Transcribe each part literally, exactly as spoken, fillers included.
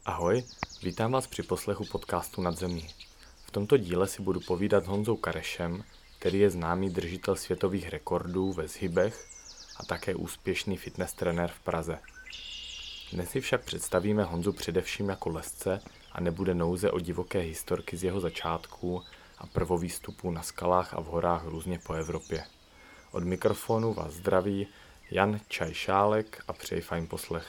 Ahoj, vítám vás při poslechu podcastu Nad zemí. V tomto díle si budu povídat s Honzou Karešem, který je známý držitel světových rekordů ve zhybech a také úspěšný fitness trenér v Praze. Dnes si však představíme Honzu především jako lezce a nebude nouze o divoké historky z jeho začátků a prvovýstupů na skalách a v horách různě po Evropě. Od mikrofonu vás zdraví Jan Čajšálek a přeji fajn poslech.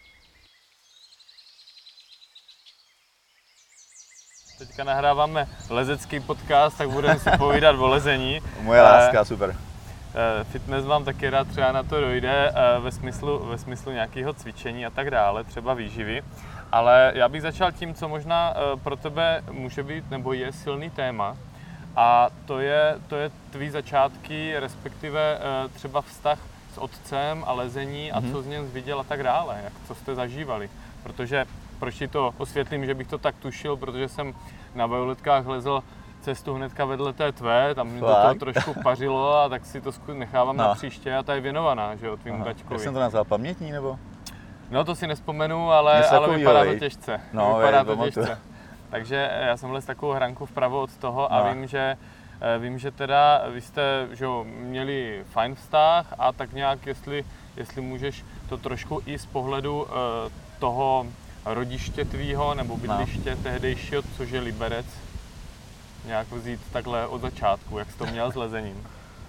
Teďka nahráváme lezecký podcast, tak budeme si povídat o lezení. Moje láska, super. Fitness vám taky rád třeba na to dojde ve smyslu, ve smyslu nějakého cvičení a tak dále, třeba výživy. Ale já bych začal tím, co možná pro tebe může být nebo je silný téma. A to je, to je tvý začátky, respektive třeba vztah s otcem a lezení a mm-hmm. co z něm viděl a tak dále, jak, co jste zažívali. Protože proč ti to osvětlím, že bych to tak tušil, protože jsem na Violetkách lezl cestu hnedka vedle té tvé, tam mi do toho trošku pařilo a tak si to nechávám no. na příště a ta je věnovaná, že jo, tvým taťkovi. Jak jsem to nazval, pamětní nebo? No to si nespomenu, ale, ale vypadá to těžce. No, vypadá je, to těžce. Takže já jsem lez takovou hranku vpravo od toho a no. vím, že Vím, že teda vy jste že jo, měli fajn vztah a tak nějak, jestli, jestli můžeš to trošku i z pohledu uh, toho rodiště tvýho nebo bydliště no. tehdejšího, což je Liberec, nějak vzít takhle od začátku, jak jsi to měl s lezením?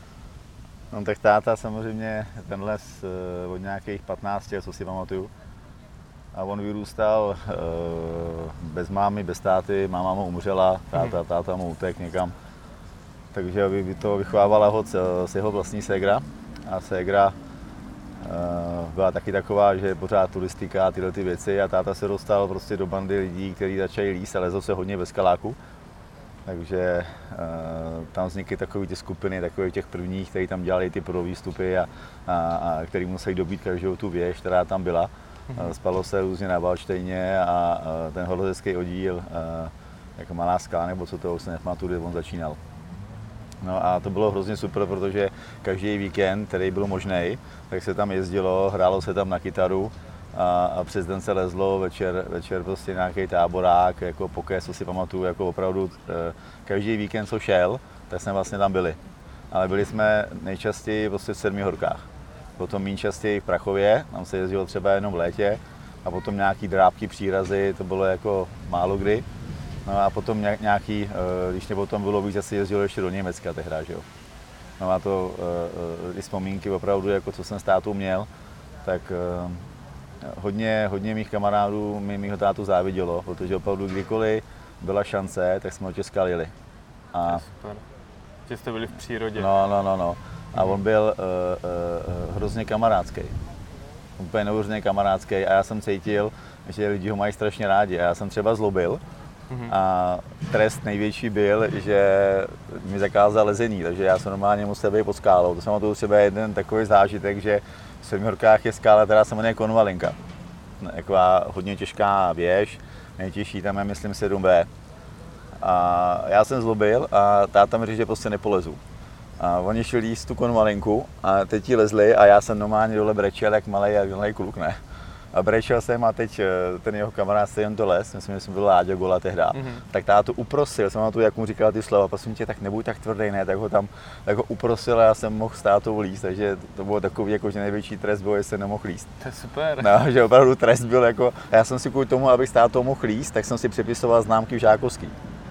No tak táta samozřejmě ten les uh, od nějakých patnácti, co si pamatuju. A on vyrůstal uh, bez mámy, bez táty, máma mu umřela, táta, táta mu utekl někam. Takže by to vychovávala ho s jeho vlastní ségra a ségra uh, byla taky taková, že pořád turistika a tyhle ty věci a táta se dostal prostě do bandy lidí, kteří začali líst a lezl se hodně ve skaláku. Takže uh, tam vznikly takové ty skupiny, takové těch prvních, kteří tam dělali ty prvovýstupy a, a, a který museli dobít každou tu věž, která tam byla. Mm-hmm. Spalo se různě na Valdštejně a, a ten horolezecký oddíl, uh, jako Malá Skala, nebo co to už se nepamatuju, kde on začínal. No a to bylo hrozně super, protože každý víkend, který byl možný, tak se tam jezdilo, hrálo se tam na kytaru a, a přes den se lezlo, večer, večer prostě nějaký táborák, jako pokés, co si pamatuju, jako opravdu každý víkend, co šel, tak jsme vlastně tam byli. Ale byli jsme nejčastěji prostě v Sedmi Horkách, potom méně častěji v Prachově, tam se jezdilo třeba jenom v létě a potom nějaký drábky, přírazy, to bylo jako málo kdy. No a potom nějaký, když mě potom bylo víc, asi jezdil ještě do Německa tehda, že jo. No a to, ty vzpomínky opravdu, jako co jsem s tátou měl, tak hodně, hodně mých kamarádů mi mýho tátu závidělo, protože opravdu kdykoliv byla šance, tak jsme ho Česka jeli. A super. Že jste byli v přírodě. No, no, no, no. A on byl uh, uh, hrozně kamarádský. Úplně neuvěřeně kamarádský a já jsem cítil, že lidi ho mají strašně rádi a já jsem třeba zlobil. A trest největší byl, že mi zakázal lezení, takže já jsem normálně musel být pod skálou. To jsem mám tu třeba jeden takový zážitek, že v Sedmi Horkách je skála, která se jmenuje Konvalinka. Taková hodně těžká věž, nejtěžší tam je myslím sedm bé. A já jsem zlobil a táta mi řekl, že prostě nepolezu. A oni šli jíst tu Konvalinku a teď ti lezli a já jsem normálně dole brečel jak malej, jak malej kluk, ne? A brečel jsem a teď ten jeho kamarád se jen to les, myslím, že jsem byl Láďa Gola tehda, mm-hmm. tak tátu uprosil, jsem na to, jak mu říkal ty slova, prosím tě, tak nebuď tak tvrdý, ne, tak ho tam tak ho uprosil a já jsem mohl s tátou líst, takže to bylo takový, jako, že největší trest byl, že jsem nemohl líst. To je super. No, že opravdu trest byl jako, já jsem si kvůli tomu, abych s tátou mohl líst, tak jsem si přepisoval známky v Žákovský.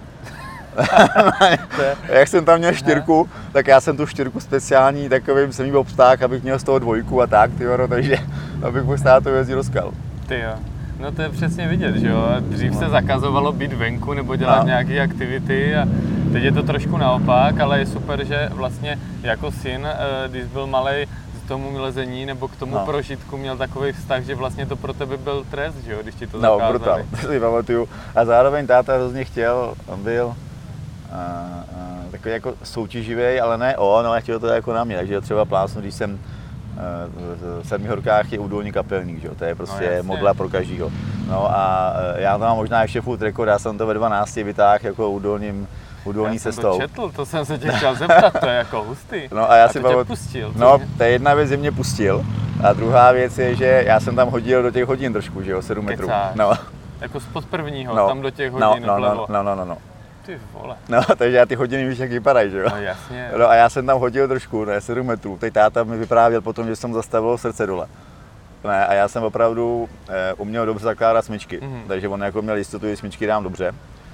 Jak jsem tam měl čtyřku, tak já jsem tu čtyřku speciální takovým jsem jí obsták, abych měl z toho dvojku a tak, tyjo, takže abych mohl s tátou jezdit do skal. Ty jo, no to je přesně vidět, že jo, dřív se zakazovalo být venku nebo dělat no. nějaké aktivity a teď je to trošku naopak, ale je super, že vlastně jako syn, když byl malej, k tomu lezení nebo k tomu no. prožitku měl takový vztah, že vlastně to pro tebe byl trest, že jo, když ti to zakázali. No, brutál, to si pamatuju. A zároveň táta hrozně chtěl, on byl a, a, takový jako soutěživý, ale ne on, ale chtěl to jako na mě, takže třeba plásnu, když jsem v Sedmi Horkách je údolní kapelník, že? To je prostě no, modla pro každýho. No a já tam mám možná ještě furt rekord, já jsem to ve dvanácti vytáhl jako údolním údolní já cestou. Já jsem to četl, to jsem se tě chtěl zeptat, to je jako hustý. No a já a si to tě pustil. No, to je jedna věc, že mě pustil a druhá věc je, že já jsem tam hodil do těch hodin trošku, že jo, sedm metrů. No. Jako spod prvního, no, tam do těch hodin no, no, vlevo. No, no, no, no. Ty vole. No, takže já ty hodiny víš, jak vypadají, že jo? No jasně. No a já jsem tam hodil trošku, ne, sedm metrů. Teď táta mi vyprávěl potom, že jsem zastavil srdce dole. Ne, a já jsem opravdu e, uměl dobře zakládat smyčky, mm-hmm. takže on jako měl jistotu, že smyčky dám dobře.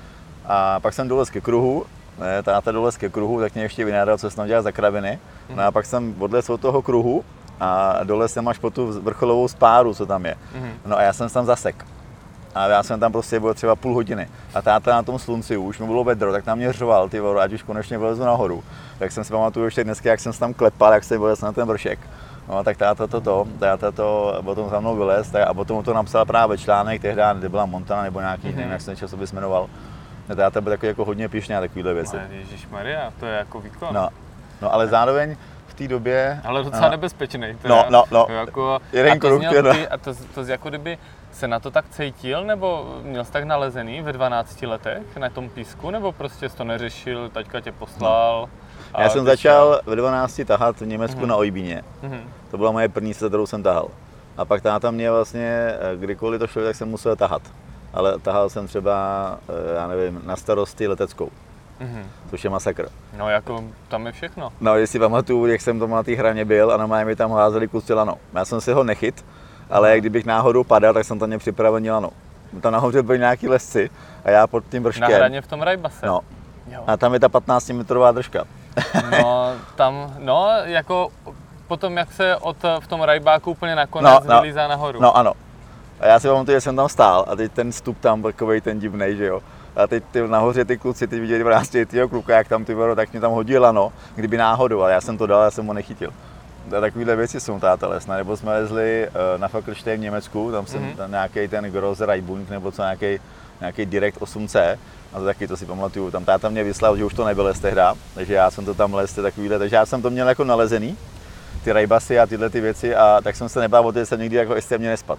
A pak jsem dolez ke kruhu, ne, táta dolez ke kruhu, tak mě ještě vynádal, co jsem dělal za kraviny. Mm-hmm. No a pak jsem odlez od toho kruhu a dolez jsem až po tu vrcholovou spáru, co tam je. Mm-hmm. No a já jsem tam zasek. A já jsem tam prostě byl třeba půl hodiny. A táta na tom slunci už mi bylo vedro, tak na mě řval, ty vole, ať už konečně vylezu nahoru. Tak jsem si pamatuju ještě dneska, jak jsem se tam klepal, jak jsem vylez na ten vršek. No tak táta to, to, táta to potom za mnou vylez a potom to napsal právě článek tehdy, kde byla Montana nebo nějaký, mm-hmm. nevím, jak se ten časopis jmenoval. Táta byl takový jako hodně pyšný na takovýhle věci. No, ježišmarja, to je jako výkon. No, no ale zároveň v té době... Ale docela no, nebezpečný. Teda, no, no, no. Jako, jeden kruh, ty, a to, to, to jako kdyby se na to tak cítil, nebo měl jsi tak nalezený ve dvanácti letech na tom písku, nebo prostě jsi to neřešil, taťka tě poslal? No. Já jsem začal šel... ve dvanácti tahat v Německu mm-hmm. na Ojbíně. Mm-hmm. To byla moje první cesta, kterou jsem tahal. A pak táta mě vlastně, kdykoliv to šlo, tak jsem musel tahat. Ale tahal jsem třeba, já nevím, na starosti leteckou. Mm-hmm. Což je masakr. No jako tam je všechno. No, jestli pamatuju, jak jsem tam na té hraně byl a normálně mi tam házeli kusy lano. Já jsem si ho nechyt, ale kdybych náhodou padal, tak jsem tam mě připravený lano. Tam nahoře byly nějaký lesci a já pod tím vrškem. Na hraně v tom Rajbase. No. Jo. A tam je ta patnáctimetrová držka. No, tam, no, jako potom, jak se od, v tom Rajbáku úplně nakonec no, no, vylízá nahoru. No, ano. A já si pamatuju, že jsem tam stál a teď ten vstup tam takovej ten divnej, že jo. A teď ty, nahoře ty kluci, ty viděli dvanáctiletýho kluka, jak tam ty voro, tak mě tam hodil lano, kdyby náhodou, ale já jsem to dal, já jsem ho nechytil. A takovýhle věci jsou táta lesna, nebo jsme lezli uh, na Fackelstein v Německu, tam jsem mm-hmm. nějaký ten Grosse Reibung, nebo co nějaký, nějaký Direct osm C, a to taky to si pamatuju, tam táta mě vyslal, že už to nebyl les tehda, takže já jsem to tam lez, takovýhle, takže já jsem to měl jako nalezený, ty Rajbasy a tyhle ty věci, a tak jsem se nebál o to, že jsem nikdy jako extrémně nespadl.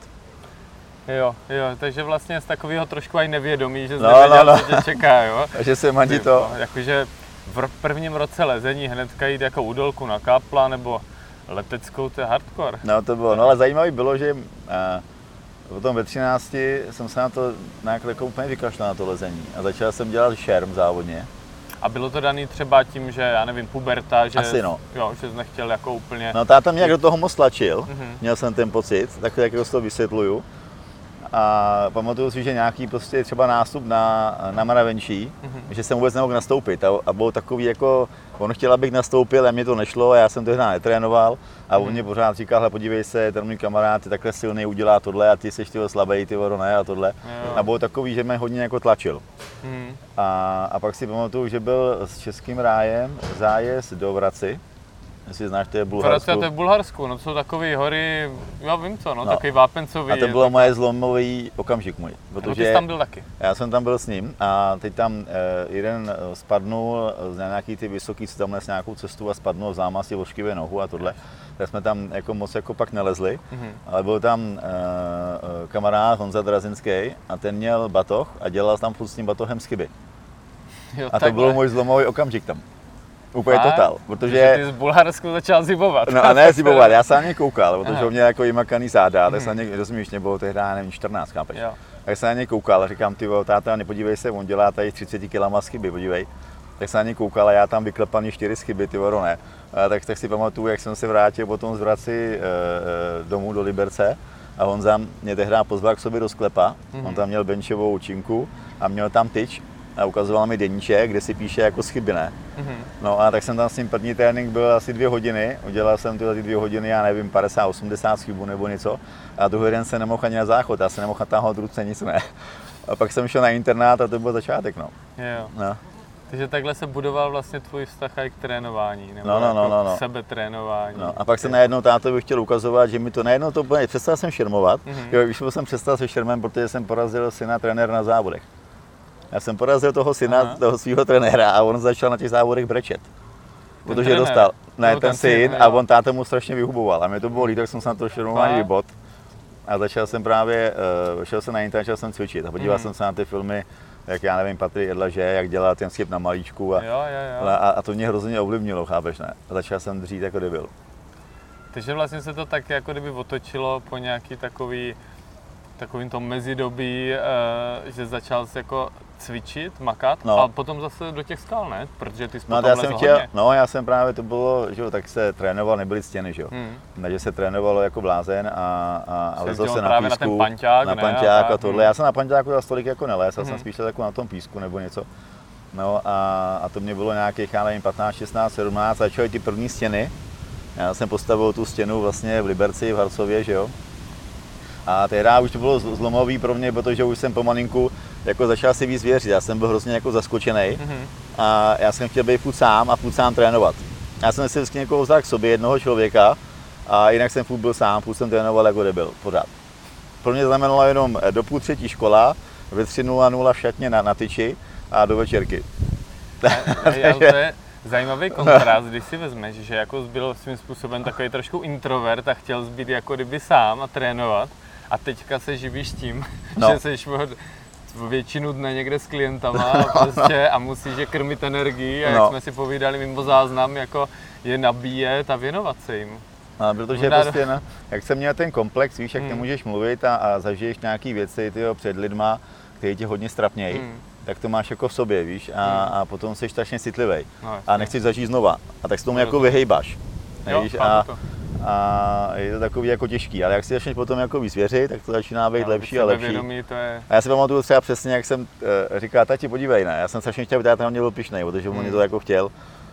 Jo, jo, takže vlastně z takového trošku aj nevědomí, že jsi no, nevěděl, no, no. co tě čeká, jo? Takže jsem ani to. Jakože v prvním roce lezení hnedka jít jako údolku na Kapla nebo leteckou, to je hardcore. No to bylo, no ale zajímavé bylo, že a, potom ve třinácti jsem se na to nějak jako úplně vykašlal na to lezení a začal jsem dělat šerm závodně. A bylo to daný třeba tím, že já nevím, puberta, že, asi no. Jo, že jsi nechtěl jako úplně... No táta mě jak do toho moc tlačil, mm-hmm. měl jsem ten pocit, tak jak to vysvětluju. A pamatuju si, že nějaký prostě třeba nástup na, na Mravenčí, mm-hmm. že jsem vůbec nemohl nastoupit a, a bylo takový jako, on chtěl, abych nastoupil a mě to nešlo a já jsem to hned netrénoval a on mm-hmm. mě pořád říkal, hele, podívej se, ten můj kamarád je takhle silný, udělá tohle a ty jsi tyho slabej, ty voro, ne a tohle. Jo. A bylo takový, že mě hodně jako tlačil. Mm-hmm. A, a pak si pamatuju, že byl s Českým rájem zájezd do Vraci. Jestli znáš, to je v Bulharsku. To je v Bulharsku, no to jsou takové hory, já vím co, no, no. takový vápencový. A to bylo moje zlomový okamžik můj. Protože ty jsi tam byl taky. Já jsem tam byl s ním a teď tam eh, jeden spadnul z nějaký ty vysoký, co tam nes nějakou cestu a spadnul v zámasti o škivě nohu a tohle. Tak jsme tam jako moc jako pak nelezli, mm-hmm. ale byl tam eh, kamarád Honza Drazinský a ten měl batoh a dělal tam furt s tím batohem chyby. Jo, a to byl můj zlomový okamžik tam. Úplně total, protože... Ty z Bulharsku začal zibovat. No a ne zibovat, já jsem na ně koukal, protože on měl jako vymakaný záda, tak se na ně, rozumíš, mě bylo tehdy, nevím, čtrnáct, chápeš? Jo. Tak se na ně koukal a říkám, ty táta, nepodívej se, on dělá tady třicet kilama z chyby, podívej. Tak se na ně koukal a já tam vyklepaný čtyři z chyby, ty voro, ne. A tak, tak si pamatuju, jak jsem se vrátil potom z Vraci e, e, domů do Liberce a on za mě tehdy pozval k sobě do sklepa, mm-hmm. on tam měl benchovou činku a měl tam tyč. A ukazoval mi deníček, kde si píše jako chyby, ne? Mm-hmm. No a tak jsem tam s ním první trénink byl asi dvě hodiny, udělal jsem tyhle ty dvě hodiny, já nevím, padesát osmdesát chybů nebo něco. A druhý den se nemohl ani na záchod, já se nemohl natáhnout ruce, nic ne. A pak jsem šel na internát a to byl začátek, no. Jo. No. Takže takhle se budoval vlastně tvůj vztah i k trénování, nebo no, no, no, jako no, no. k sebetrénování. No. A pak jsem najednou tátovi chtěl ukazovat, že mi to najednou to bude, přestal jsem šermovat, mm-hmm. jo, už jsem přestal se šermem, protože jsem porazil syna trenéra na závodech. Já jsem porazil toho syna, Aha. toho svého trenéra a on začal na těch závodech brečet. Ten protože trenér. Dostal, ne, ten, ten syn a on táta mu strašně vyhuboval a mě to bylo líto, tak jsem se na to šermování vybod. A začal jsem právě, uh, šel jsem na internet, začal jsem cvičit a podíval mm. jsem se na ty filmy, jak já nevím, Patrik Jedlaže, jak dělal ten skip na malíčku a, jo, jo, jo. a, a to mě hrozně ovlivnilo, chápeš, ne? A začal jsem dřít jako debil. Takže vlastně se to tak jako kdyby otočilo po nějaký takový takovým tom mezidobí, uh, že začal jsi jako cvičit, makat no. a potom zase do těch skal, ne? Protože ty jsi no, potom já lezl jsem chtěl, hodně. No já jsem právě, to bylo, že jo, tak se trénoval, nebyly stěny, že jo. Hmm. Takže se trénovalo jako blázen a, a, a lezl se na písku, na ten panťák, na ne? panťák a, a tohle. Já jsem na panťáku za stolik jako nelez, já hmm. jsem spíš jako na tom písku nebo něco. No a, a to mě bylo nějakých, já nevím, patnáct, šestnáct, sedmnáct, začaly ty první stěny. Já jsem postavil tu stěnu vlastně v Liberci, v Harcově, že jo. A tehdy už to bylo zlomový pro mě, protože už jsem pomalinku jako začal si víc věřit. Já jsem byl hrozně jako zaskočený mm-hmm. a já jsem chtěl být furt sám a furt sám trénovat. Já jsem si vždycky někoho vzal k sobě, jednoho člověka, a jinak jsem furt byl sám, furt jsem trénoval jako debil, pořád. Pro mě znamenalo jenom do půl třetí škola, ve tři nula nula v šatně na, na tyči a do večerky. Já, to je zajímavý kontrast, když si vezmeš, že jako byl svým způsobem takový trošku introvert a chtěl být jako kdyby sám a trénovat. A teďka se živíš tím, no. že seš většinu dne někde s klientama no, a, prostě, no. a musíš je krmit energii a no. jak jsme si povídali mimo záznam, jako je nabíjet a věnovat se jim. No, protože Vydá... prostě, no, jak jsem měl ten komplex, víš, jak hmm. nemůžeš mluvit a, a zažiješ nějaký věci tyjo, před lidma, který tě hodně strapnějí, hmm. tak to máš jako v sobě, víš, a, hmm. a potom jsi strašně citlivý no, a nechceš zažít znova. A tak se tomu no, jako vyhejbáš. Jo, víš, a, a je to takový jako těžký, ale jak si začneš potom jako víc věřit, tak to začíná být no, lepší a lepší. To je... A já si pamatuju třeba přesně, jak jsem uh, říkal, tati, podívej, ne, já jsem strašně chtěl, aby táta na mě byl pyšnej, protože on mě to jako chtěl.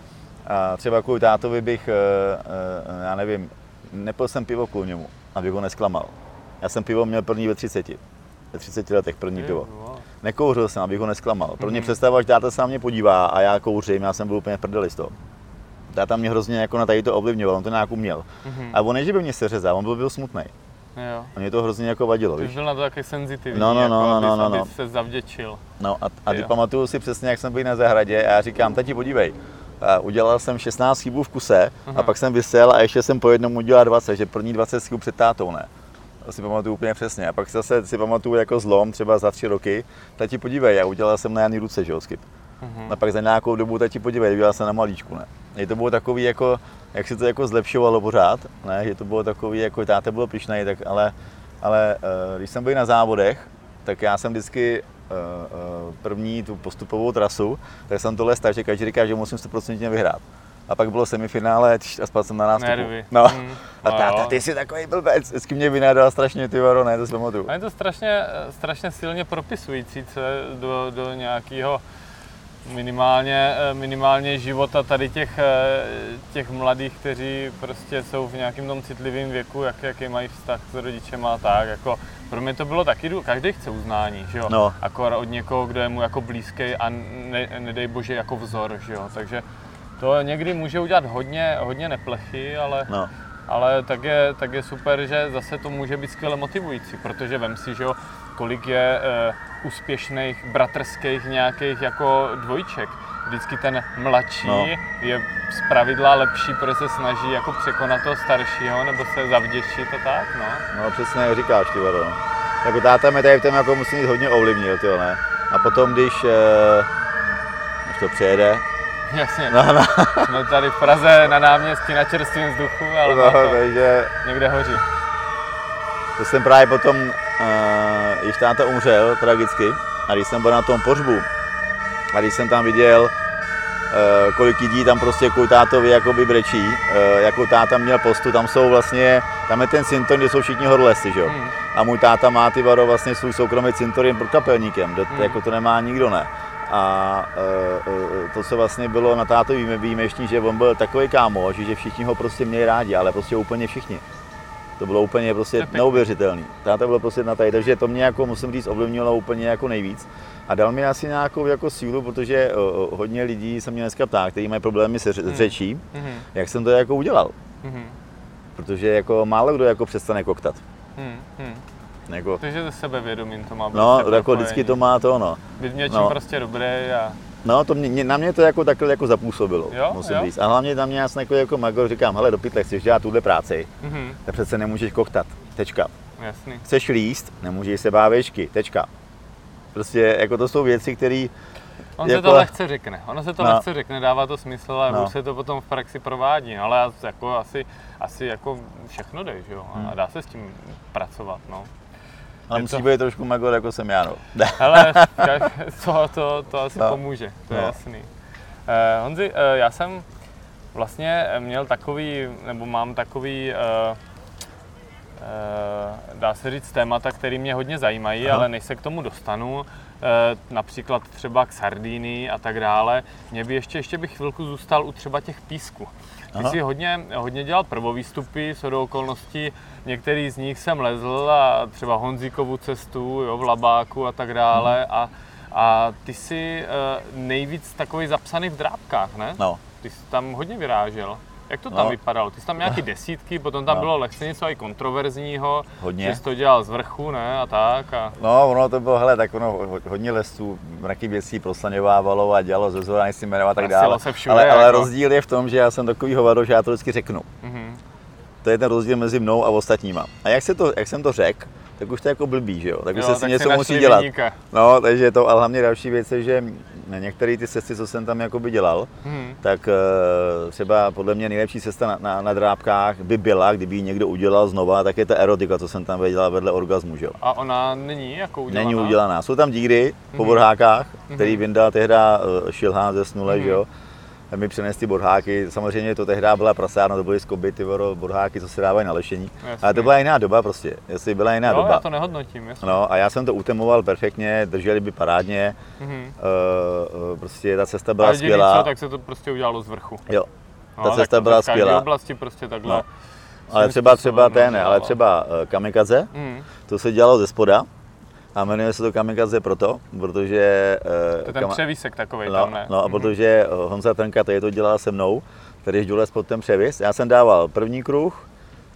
A třeba kvůli tátovi bych, uh, uh, já nevím, nepil jsem pivo kvůli němu, abych ho nesklamal. Já jsem pivo měl první ve třiceti. Ve třiceti letech první je, pivo. Wow. Nekouřil jsem, abych ho nesklamal. Pro mě mm-hmm. představa, že táta se na mě podívá a já kouřím, já jsem byl úplně v prdeli z toho. Táta mě hrozně jako na tady to ovlivňoval, on to nějak uměl. Mm-hmm. A on ne, že by mě seřezal, on byl, byl smutnej. Jo. A mě to hrozně jako vadilo, víš. Ty byl na to taky senzitivní, no, no, no, jako, no, abys, no, no. abys se zavděčil. No a, a ty pamatuju si přesně, jak jsem byl na zahradě a já říkám, tati, podívej. A udělal jsem šestnáct chybů v kuse uh-huh. a pak jsem vysel a ještě jsem po jednom udělal dvacet, že první dvacet chybů před tátou, ne. To si pamatuju úplně přesně. A pak zase si pamatuju jako zlom, třeba za tři roky, tati, podívej, já udělal jsem na jedné ruce, že jo, skip. Uh-huh. A pak za nějakou dobu, tati, podívej, udělal jsem na malíčku, ne. Je to bylo takový jako, jak se to jako zlepšovalo pořád, ne, že to bylo takový jako, táta byl pyšnej, tak ale, ale uh, když jsem byl na závodech, tak já jsem vždycky uh, uh, první tu postupovou trasu, tak jsem tohle tak, že každý říká, že musím sto procent vyhrát. A pak bylo semifinále a spadl jsem na nástupu. Nervy. No. Mm. A táta, ty jsi takový blbec, vždycky mě vynádal strašně, ty varo, ne, to si pamatuju. A je to strašně, strašně silně propisující se do, do nějakého minimálně, minimálně života tady těch, těch mladých, kteří prostě jsou v nějakém tom citlivém věku, jak, jaký mají vztah s rodičema a tak. Jako, pro mě to bylo taky, každý chce uznání, že jo? No. Akor od někoho, kdo je mu jako blízký a ne, nedej bože jako vzor, že jo? Takže to někdy může udělat hodně, hodně neplechy, ale, no. ale tak, je, tak je super, že zase to může být skvěle motivující, protože vem si, že jo, kolik je uh, úspěšných bratrských nějakých jako dvojček. Vždycky ten mladší no. je zpravidla lepší, protože se snaží jako překonat toho staršího nebo se zavděčit a tak, no. No přesně jak říkáš, ty vado. Jako táta mě tady v tom jako musí mít hodně ovlivnil, tyjo, ne. A potom, když, uh, když to přijede, jasně, no, no. jsme tady v Praze na náměstí na čerstvém vzduchu, ale no, to takže někde hoří. To jsem právě potom, uh, když táta umřel tragicky, a když jsem byl na tom pohřbu, a když jsem tam viděl, uh, kolik lidí tam prostě kvůli tátovi jakoby brečí, uh, jako táta měl postu, tam jsou vlastně, tam je ten cintorín, kde jsou všichni horolezci, že jo. Hmm. A můj táta má ty varo vlastně svůj soukromý cintorín pod kapelníkem, hmm. jako to nemá nikdo, ne. A uh, uh, to, co vlastně bylo na tátovi výjimečný, že on byl takový kámoš, že všichni ho prostě měli rádi, ale prostě úplně všichni. To bylo úplně prostě neuvěřitelný. Táta byl prostě na tady, takže to mě jako musím říct ovlivnilo úplně jako nejvíc. A dal mi asi nějakou jako sílu, protože uh, hodně lidí se mě dneska ptá, kteří mají problémy se s řečí, mm. jak jsem to jako udělal. Mm. Protože jako málo kdo jako přestane koktat. Mm. Jako, takže ze sebevědomím to má být. No, jako vždycky to má to, no. Být něčím no. prostě dobrý a... No, to mě, na mě to jako takhle jako zapůsobilo, jo, musím jo. říct. A hlavně na mě já jsem jako, jako magor říkám, hele, do pytle, chceš dělat tuhle práci, mm-hmm. tak přece nemůžeš koktat, tečka. Jasný. Chceš líst, nemůžeš se bát výšky, tečka. Prostě jako to jsou věci, které... On jako... se to lehce řekne, ono se to no. lehce řekne, dává to smysl, ale no. už se to potom v praxi provádí, no, ale jako asi, asi jako všechno jde, že jo, a dá se s tím pracovat, no. Ale musíš to... být trošku magor, jako jsem já, no. Hele, to, to, to asi no. pomůže, to je no. jasný. Eh, Honzi, eh, já jsem vlastně měl takový, nebo mám takový, eh, eh, dá se říct, témata, které mě hodně zajímají, Aha. ale než se k tomu dostanu, eh, například třeba k Sardinii a tak dále, mě by ještě, ještě bych chvilku zůstal u třeba těch písků. Ty Aha. jsi hodně, hodně dělal prvovýstupy, shodou okolností, některý z nich jsem lezl a třeba Honzíkovu cestu, jo, v Labáku a tak dále hmm. a, a ty jsi uh, nejvíc takový zapsaný v drápkách, ne? No. Ty jsi tam hodně vyrážel. Jak to tam no. vypadalo? Ty jsi tam nějaký desítky, potom tam no. bylo lehce něco i kontroverzního, hodně. Že jsi to dělal z vrchu, ne, a tak. A... No, ono to bylo, hele, tak ono, hodně lesů, mraky věcí proslaňovávalo a dělalo ze zhora, nechci jmenovat a tak dále. Všude, ale, ale jako... rozdíl je v tom, že já jsem takový hovado, že já to vždycky řeknu. Mm-hmm. To je ten rozdíl mezi mnou a ostatníma. A jak, se to, jak jsem to řekl, tak už to je jako blbý, že jo? Tak už jo, se tak si něco musí dělat. Vyníka. No, takže to, ale hlavně další věc je, že některé ty cesty, co jsem tam jakoby dělal, hmm. tak uh, třeba podle mě nejlepší cesta na, na, na drápkách by byla, kdyby ji někdo udělal znova, tak je ta erotika, co jsem tam dělal vedle orgazmu, že jo? A ona není jako udělaná? Není udělaná. Jsou tam díry hmm. po borhákách, hmm. který vyndal tehda uh, Šilhán ze Snule, hmm. že jo? My přinesli ty borháky, samozřejmě to tehdy byla prasárna, to byly skoby, ty borháky, co se dávají na lešení. Jasně. Ale to byla jiná doba prostě, jestli byla jiná no, doba. Já to nehodnotím, jasně. No a já jsem to utemoval perfektně, drželi by parádně, mm-hmm. uh, prostě ta cesta byla ale skvělá. Co, tak se to prostě udělalo z vrchu. Jo, ta no, cesta byla skvělá. V oblasti prostě takhle. No. Ale třeba, třeba ten, ale třeba uh, kamikaze, mm. to se dělalo ze spoda. A jmenuje se to kamikaze proto, protože... To je ten kama... převisek takovej no, tam, ne? No a protože Honza Trnka tady to dělala se mnou, který dolez pod ten převis. Já jsem dával první kruh,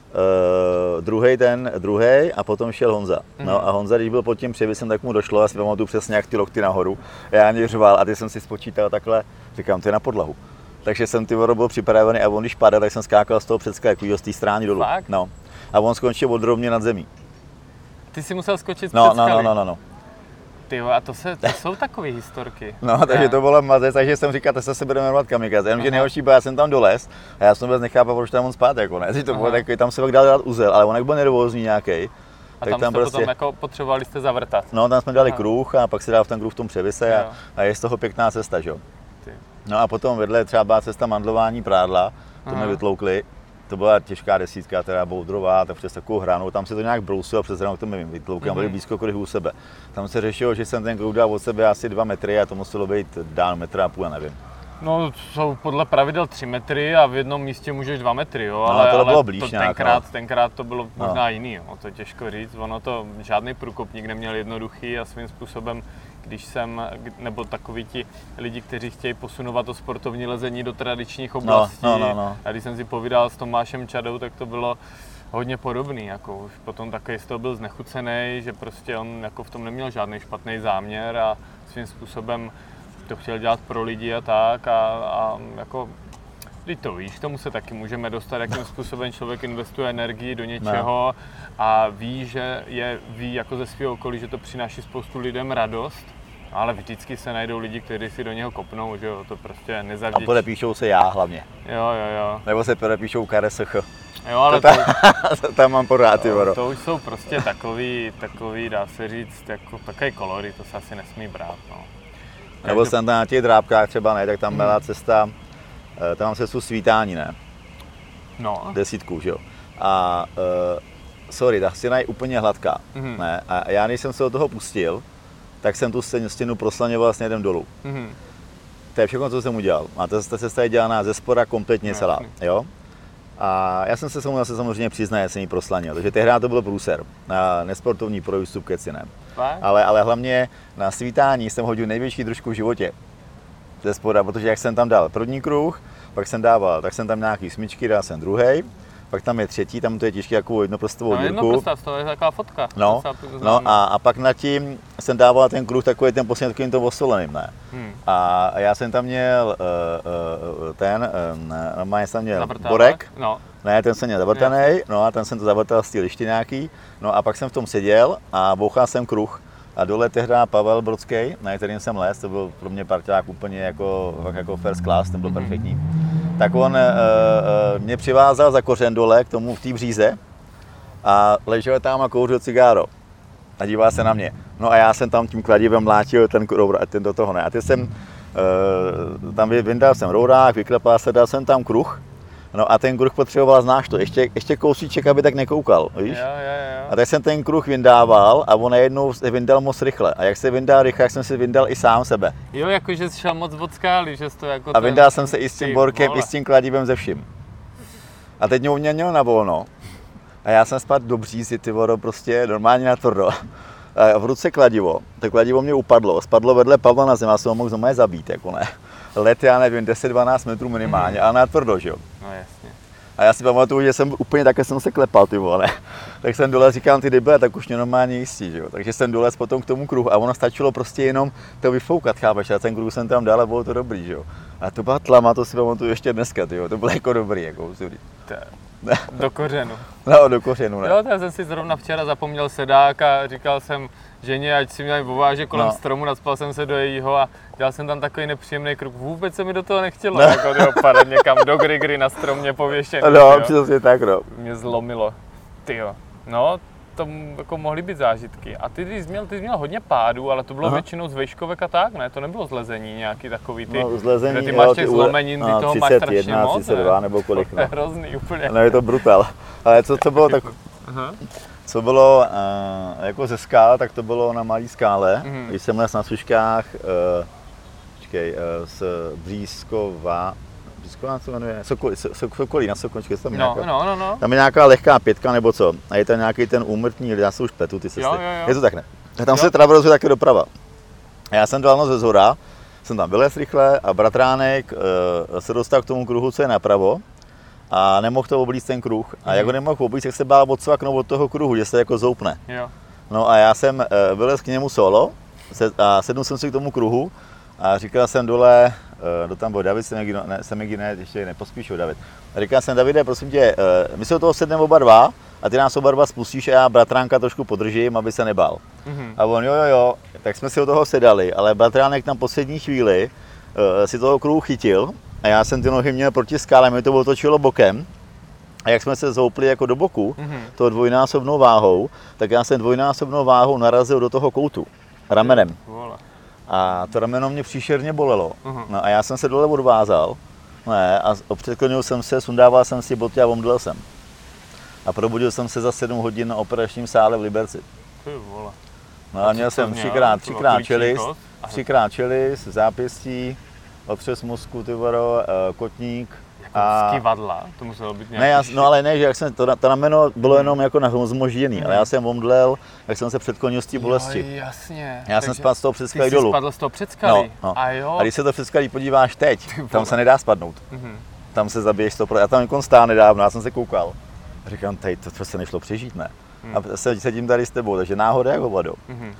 uh, druhý ten, druhý a potom šel Honza. Mm. No a Honza, když byl pod tím převisem, tak mu došlo, já si pamatuju přesně jak ty lokty nahoru. Já ani řval a ty jsem si spočítal takhle, říkám, to je na podlahu. Takže jsem ty voro byl připravený a on když padal, tak jsem skákal z toho předskleku, z té strany dolů. Fakt? No. A on skončil odrovně nad zemí. Ty jsi musel skočit z no, předskaly. no, no, no, no. Tyjo, a to, se, to jsou takové historky. No, takže já. To bylo mazec, takže jsem říkal, že se budeme jmenovat kamikaze. Jenomže nejhorší byl, já jsem tam dolez a já jsem vůbec nechápal, proč tam on spát, jako ne. To bylo takový, tam se pak dal dát uzel, ale on jak byl nervózní nějaký. A tak tam, tam jste prostě... potom jako potřebovali jste zavrtat. No, tam jsme dali Aha. kruh a pak se dal v ten kruh v tom převise a, a je z toho pěkná cesta, že jo. No a potom vedle třeba byla cesta mandlování prádla, to mě vytloukli. To byla těžká desítka, teda boudrová, tak přes takovou hranu, tam se to nějak brousilo přes hranu, to nevím, vytloukám, mm-hmm. byli blízko kruhu u sebe. Tam se řešilo, že jsem ten kruh dal od sebe asi dva metry a to muselo být dál metra a půl, já nevím. No, jsou podle pravidel tři metry a v jednom místě můžeš dva metry, jo, ale, no, to, ale bylo blíž to nějak, tenkrát, no. tenkrát to bylo možná no. jiný, jo, to těžko říct, ono to žádný průkopník neměl jednoduchý a svým způsobem, když jsem, nebo takoví ti lidi, kteří chtějí posunovat to sportovní lezení do tradičních oblastí, no, no, no, no. a když jsem si povídal s Tomášem Čadou, tak to bylo hodně podobný, jako už potom takový z toho byl znechucený, že prostě on jako v tom neměl žádný špatný záměr a svým způsobem to chtěl dělat pro lidi a tak a, a jako, teď to víš, k tomu se taky můžeme dostat, jakým způsobem člověk investuje energii do něčeho ne. a ví, že je, ví jako ze svého okolí, že to přináší spoustu lidem radost, ale vždycky se najdou lidi, kteří si do něho kopnou, že jo, to prostě nezavděčí. A podepíšou se já hlavně. Jo, jo, jo. Nebo se podepíšou K R S Ch. Jo, ale to, to tam mám pořád, ty voro. To už jsou prostě takový, takový, dá se říct, jako takový kolory, to se asi nesmí brát, no. Nebo jsem tam na těch drápkách třeba ne, tak tam byla hmm. cesta, tam mám cestu svítání, ne? No. Desítku, že jo. A uh, sorry, ta stěna je úplně hladká, hmm. ne? A já když jsem se do toho pustil, tak jsem tu stěnu proslaňoval směrem dolů. Hmm. To je všechno, co jsem udělal. A ta cesta je dělaná ze spoda kompletně no, celá, jo? A já jsem se tomu zase samozřejmě přiznal, že jsem ji proslanil, takže tehdy to byl průser, na nesportovní projústup keci, ne. Ale, ale hlavně na svítání jsem hodil největší držku v životě ze spoda, protože jak jsem tam dal první kruh, pak jsem dával, tak jsem tam nějaký smyčky, dal jsem druhý, pak tam je třetí, tam to je těžké jako jednoprstovou no, dírku. Jednoprostá, to je taková fotka. No, no a, a pak nad tím jsem dával ten kruh takový ten poslední takovým to osoleným, ne. Hmm. A já jsem tam měl uh, uh, ten, uh, normálně jsem měl Zavrtále. borek, no. ne, ten jsem měl zavrtaný, no a ten jsem to zavrtal z té lišty nějaký, no a pak jsem v tom seděl a bouchal jsem kruh. A dole tehdy Pavel Brodský, na kterým jsem les, to byl pro mě parťák úplně jako, jako first class, ten byl perfektní. Tak on e, e, mě přivázal za kořen dole k tomu v té bříze a ležel tam a kouřil cigáro. A dívá se na mě. No a já jsem tam tím kladivem mlátil ten rourák, ten do toho ne. A ty jsem, uh, tam vyndal jsem rourák, vyklepal se, dal jsem tam kruh. No a ten kruh potřeboval, znáš to, ještě, ještě kousíček, aby tak nekoukal, víš? Jo, jo, jo. A tak jsem ten kruh vyndával a on najednou se vyndal moc rychle. A jak se vyndal rychle, jak jsem si vyndal i sám sebe. Jo, jakože jsi šel moc od skály, že jsi to jako... A vyndal jsem se i s tím borkem, vole. i s tím kladivem, ze vším. A teď mě měl na volno. A já jsem spadl do břízy, ty vodo, prostě normálně na tvrdo. A v ruce kladivo, to kladivo mě upadlo, spadlo vedle Pavla na zem, já jsem ho mohl znovu zabít, jako ne. Let, já nevím, deset dvanáct metrů minimálně, mm. ale na tvrdo, že jo. No jasně. A já si pamatuju, že jsem úplně také jsem se klepal, ty vole. Tak jsem dole říkal, ty debile, tak už mě normálně jistí, že jo. Takže jsem dole potom k tomu kruhu a ono stačilo prostě jenom to vyfoukat, chápeš, a ten kruh jsem tam dal a bylo to dobrý, že jo. A to byla tlama, to si pamatuju ještě dneska, ty jo, to bylo jako dobrý, jako dobrý. Do kořenu. No, do kořenu, ne. Jo, já jsem si zrovna včera zapomněl sedák a říkal jsem ženě, ať si mě vováže kolem no. stromu, nadspal jsem se do jejího a dělal jsem tam takový nepříjemný kruk. Vůbec se mi do toho nechtělo, no. jako tyho, padat někam do grigry na stromě pověšený. No, přesně tak, no. Mě zlomilo, tyjo. No, to jako mohly být zážitky. A ty jsi měl, ty jsi měl hodně pádů, ale to bylo Aha. většinou z vejškovek a tak, ne? To nebylo zlezení nějaký takový ty, no, zlezení, kde ty máš jo, těch ty zlomenin, ty no, toho máš strašně moc, třicet dva nebo kolik, no. To je hrozný úplně. No je to brutál. Ale co to bylo tak... Aha. Co bylo uh, jako ze skál, tak to bylo na malé skále, mm. když jsem les na Suškách, uh, počkej, uh, z Břízkova, Břízkova, co jmenuje, Sokolí, Sokolí na Sokolí, tam je no, nějaká, no, no, no. tam je nějaká lehká pětka nebo co, a je tam nějaký ten úmrtný, já se už pletu ty cesty, jo, jo, jo. je to tak ne, a tam jo. se traverzuje také doprava. A já jsem dal ze zhora, jsem tam vylez rychle a bratránek uh, se dostal k tomu kruhu, co je napravo, a nemohl to oblíct ten kruh. A jak ho nemohl oblíct, tak se bál odsvaknout od toho kruhu, že se jako zoupne. Jo. No a já jsem vylez k němu solo a sednul jsem si k tomu kruhu a říkal jsem dole, do tam byl David, jsem ne, jsem ne, ještě nepospíšil David. A říkal jsem, Davide, prosím tě, my se do toho sedneme oba dva a ty nás oba dva spustíš a já bratránka trošku podržím, aby se nebál. Mm-hmm. A on jo, jo, jo, tak jsme si do toho sedali, ale bratránek tam poslední chvíli si toho kruhu chytil. A já jsem ty nohy měl proti skále, mi to otočilo bokem. A jak jsme se zoupli jako do boku, mm-hmm. toho dvojnásobnou váhou, tak já jsem dvojnásobnou váhou narazil do toho koutu, ramenem. A to rameno mě příšerně bolelo. Mm-hmm. No a já jsem se dole odvázal, ne, a předklonil jsem se, sundával jsem si boty a omdlel jsem. A probudil jsem se za sedm hodin na operačním sále v Liberci. Ty vole. No a měl jsem třikrát, třikrát čelist, třikrát čelist, zápěstí, otřes mozku, ty varo, kotník. Jako a... skivadla, to muselo být nějaký... Ne, já, no ale ne, že jak jsem, to, to rameno bylo hmm. jenom jako zmožděný, hmm. ale já jsem omdlel, jak jsem se předklonil z té bolesti. Jo, jasně. Já jsem spadl z toho předskalí dolů. Ty jsi spadl z toho předskalí? No, no. A jo. A když se to předskalí podíváš teď, tam se nedá spadnout. Hmm. Tam se zabiješ sto procent. Já tam někon stál nedávno, já jsem se koukal. A říkám, tady to, to se nešlo přežít, ne? Hmm. A sedím tady s tebou, takže náhoda jako vodou. Hmm.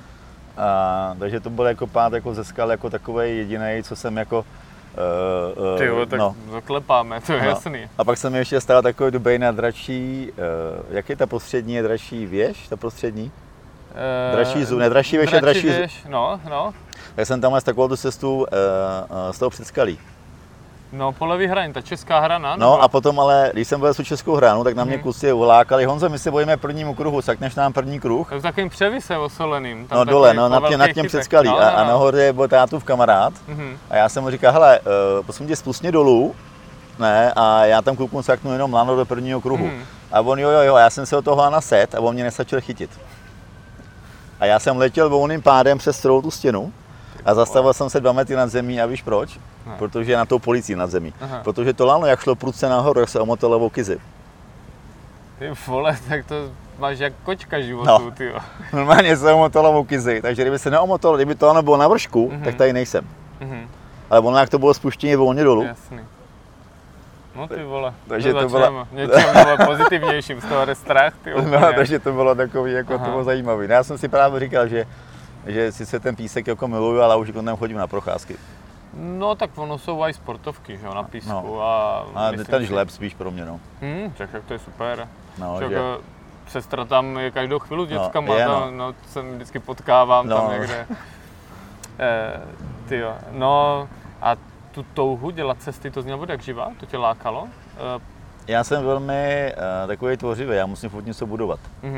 A, takže to byl jako pád jako ze skal, jako takovej jedinej, co jsem jako Uh, uh, Tyjo, tak no. zaklepáme, to je no. jasný. A pak jsem ještě stál takový dubej na dračí, uh, jak je ta prostřední, je dračí věž, ta prostřední? Uh, dračí zub, ne dračí věž, je dračí věž, no, no. Tak jsem tamhle z takovou tu cestu uh, uh, z toho předskalí. No, po levý hraně, ta česká hrana. No nebo... a potom ale, když jsem byl tu českou hranu, tak na mě mm. kusy ulákali. Honzo, my se bojíme prvnímu kruhu, sakneš nám první kruh. To je takovým převisem osoleným. Tam no dole, no, nad, tě, nad těm předskalí. No, no, no. A, a nahoře byl tátův kamarád. Mm-hmm. A já jsem mu říkal, hele, uh, prosím tě, spust mě dolů, ne, a já tam klukům saknu jenom lano do prvního kruhu. Mm. A on jo, jo, jo, a já jsem se od toho naset a on mě nestačil chytit. A já jsem letěl volným pádem přes celou tu stěnu. A zastavil jsem se dva metry nad zemí a víš proč? Ne. Protože na tou policii nad zemí. Aha. Protože to lano, jak šlo prudce nahoru, jak se omotalo o kizy. Ty vole, tak to máš jak kočka životu, no. Ty. Normálně se omotalo o kizy, takže kdyby se neomotalo, kdyby to lano bylo na vršku, mm-hmm. tak tady nejsem. Mm-hmm. Ale ono jak to bylo spuštění volně dolů. Jasný. No ty vole, takže to, to bylo něčím bylo pozitivnějším, z toho jde strach, ty. No, takže to bylo takový, jako Aha. to bylo zajímavý. Já jsem si právě říkal, že že sice ten písek jako miluju, ale už jako tam chodím na procházky. No tak ono jsou i sportovky, že jo, na písku no. a... A ten žleb spíš pro mě, no. Hmm, tak jak to je super. No, Však, že... sestra tam je každou chvíli dětskama, no, no, no, jsem vždycky potkávám no. tam někde. E, tyjo, no a tu touhu dělat cesty, to z něho bude jak živá? To tě lákalo? E, já jsem velmi uh, takový tvořivý, já musím furt něco budovat. Mm-hmm.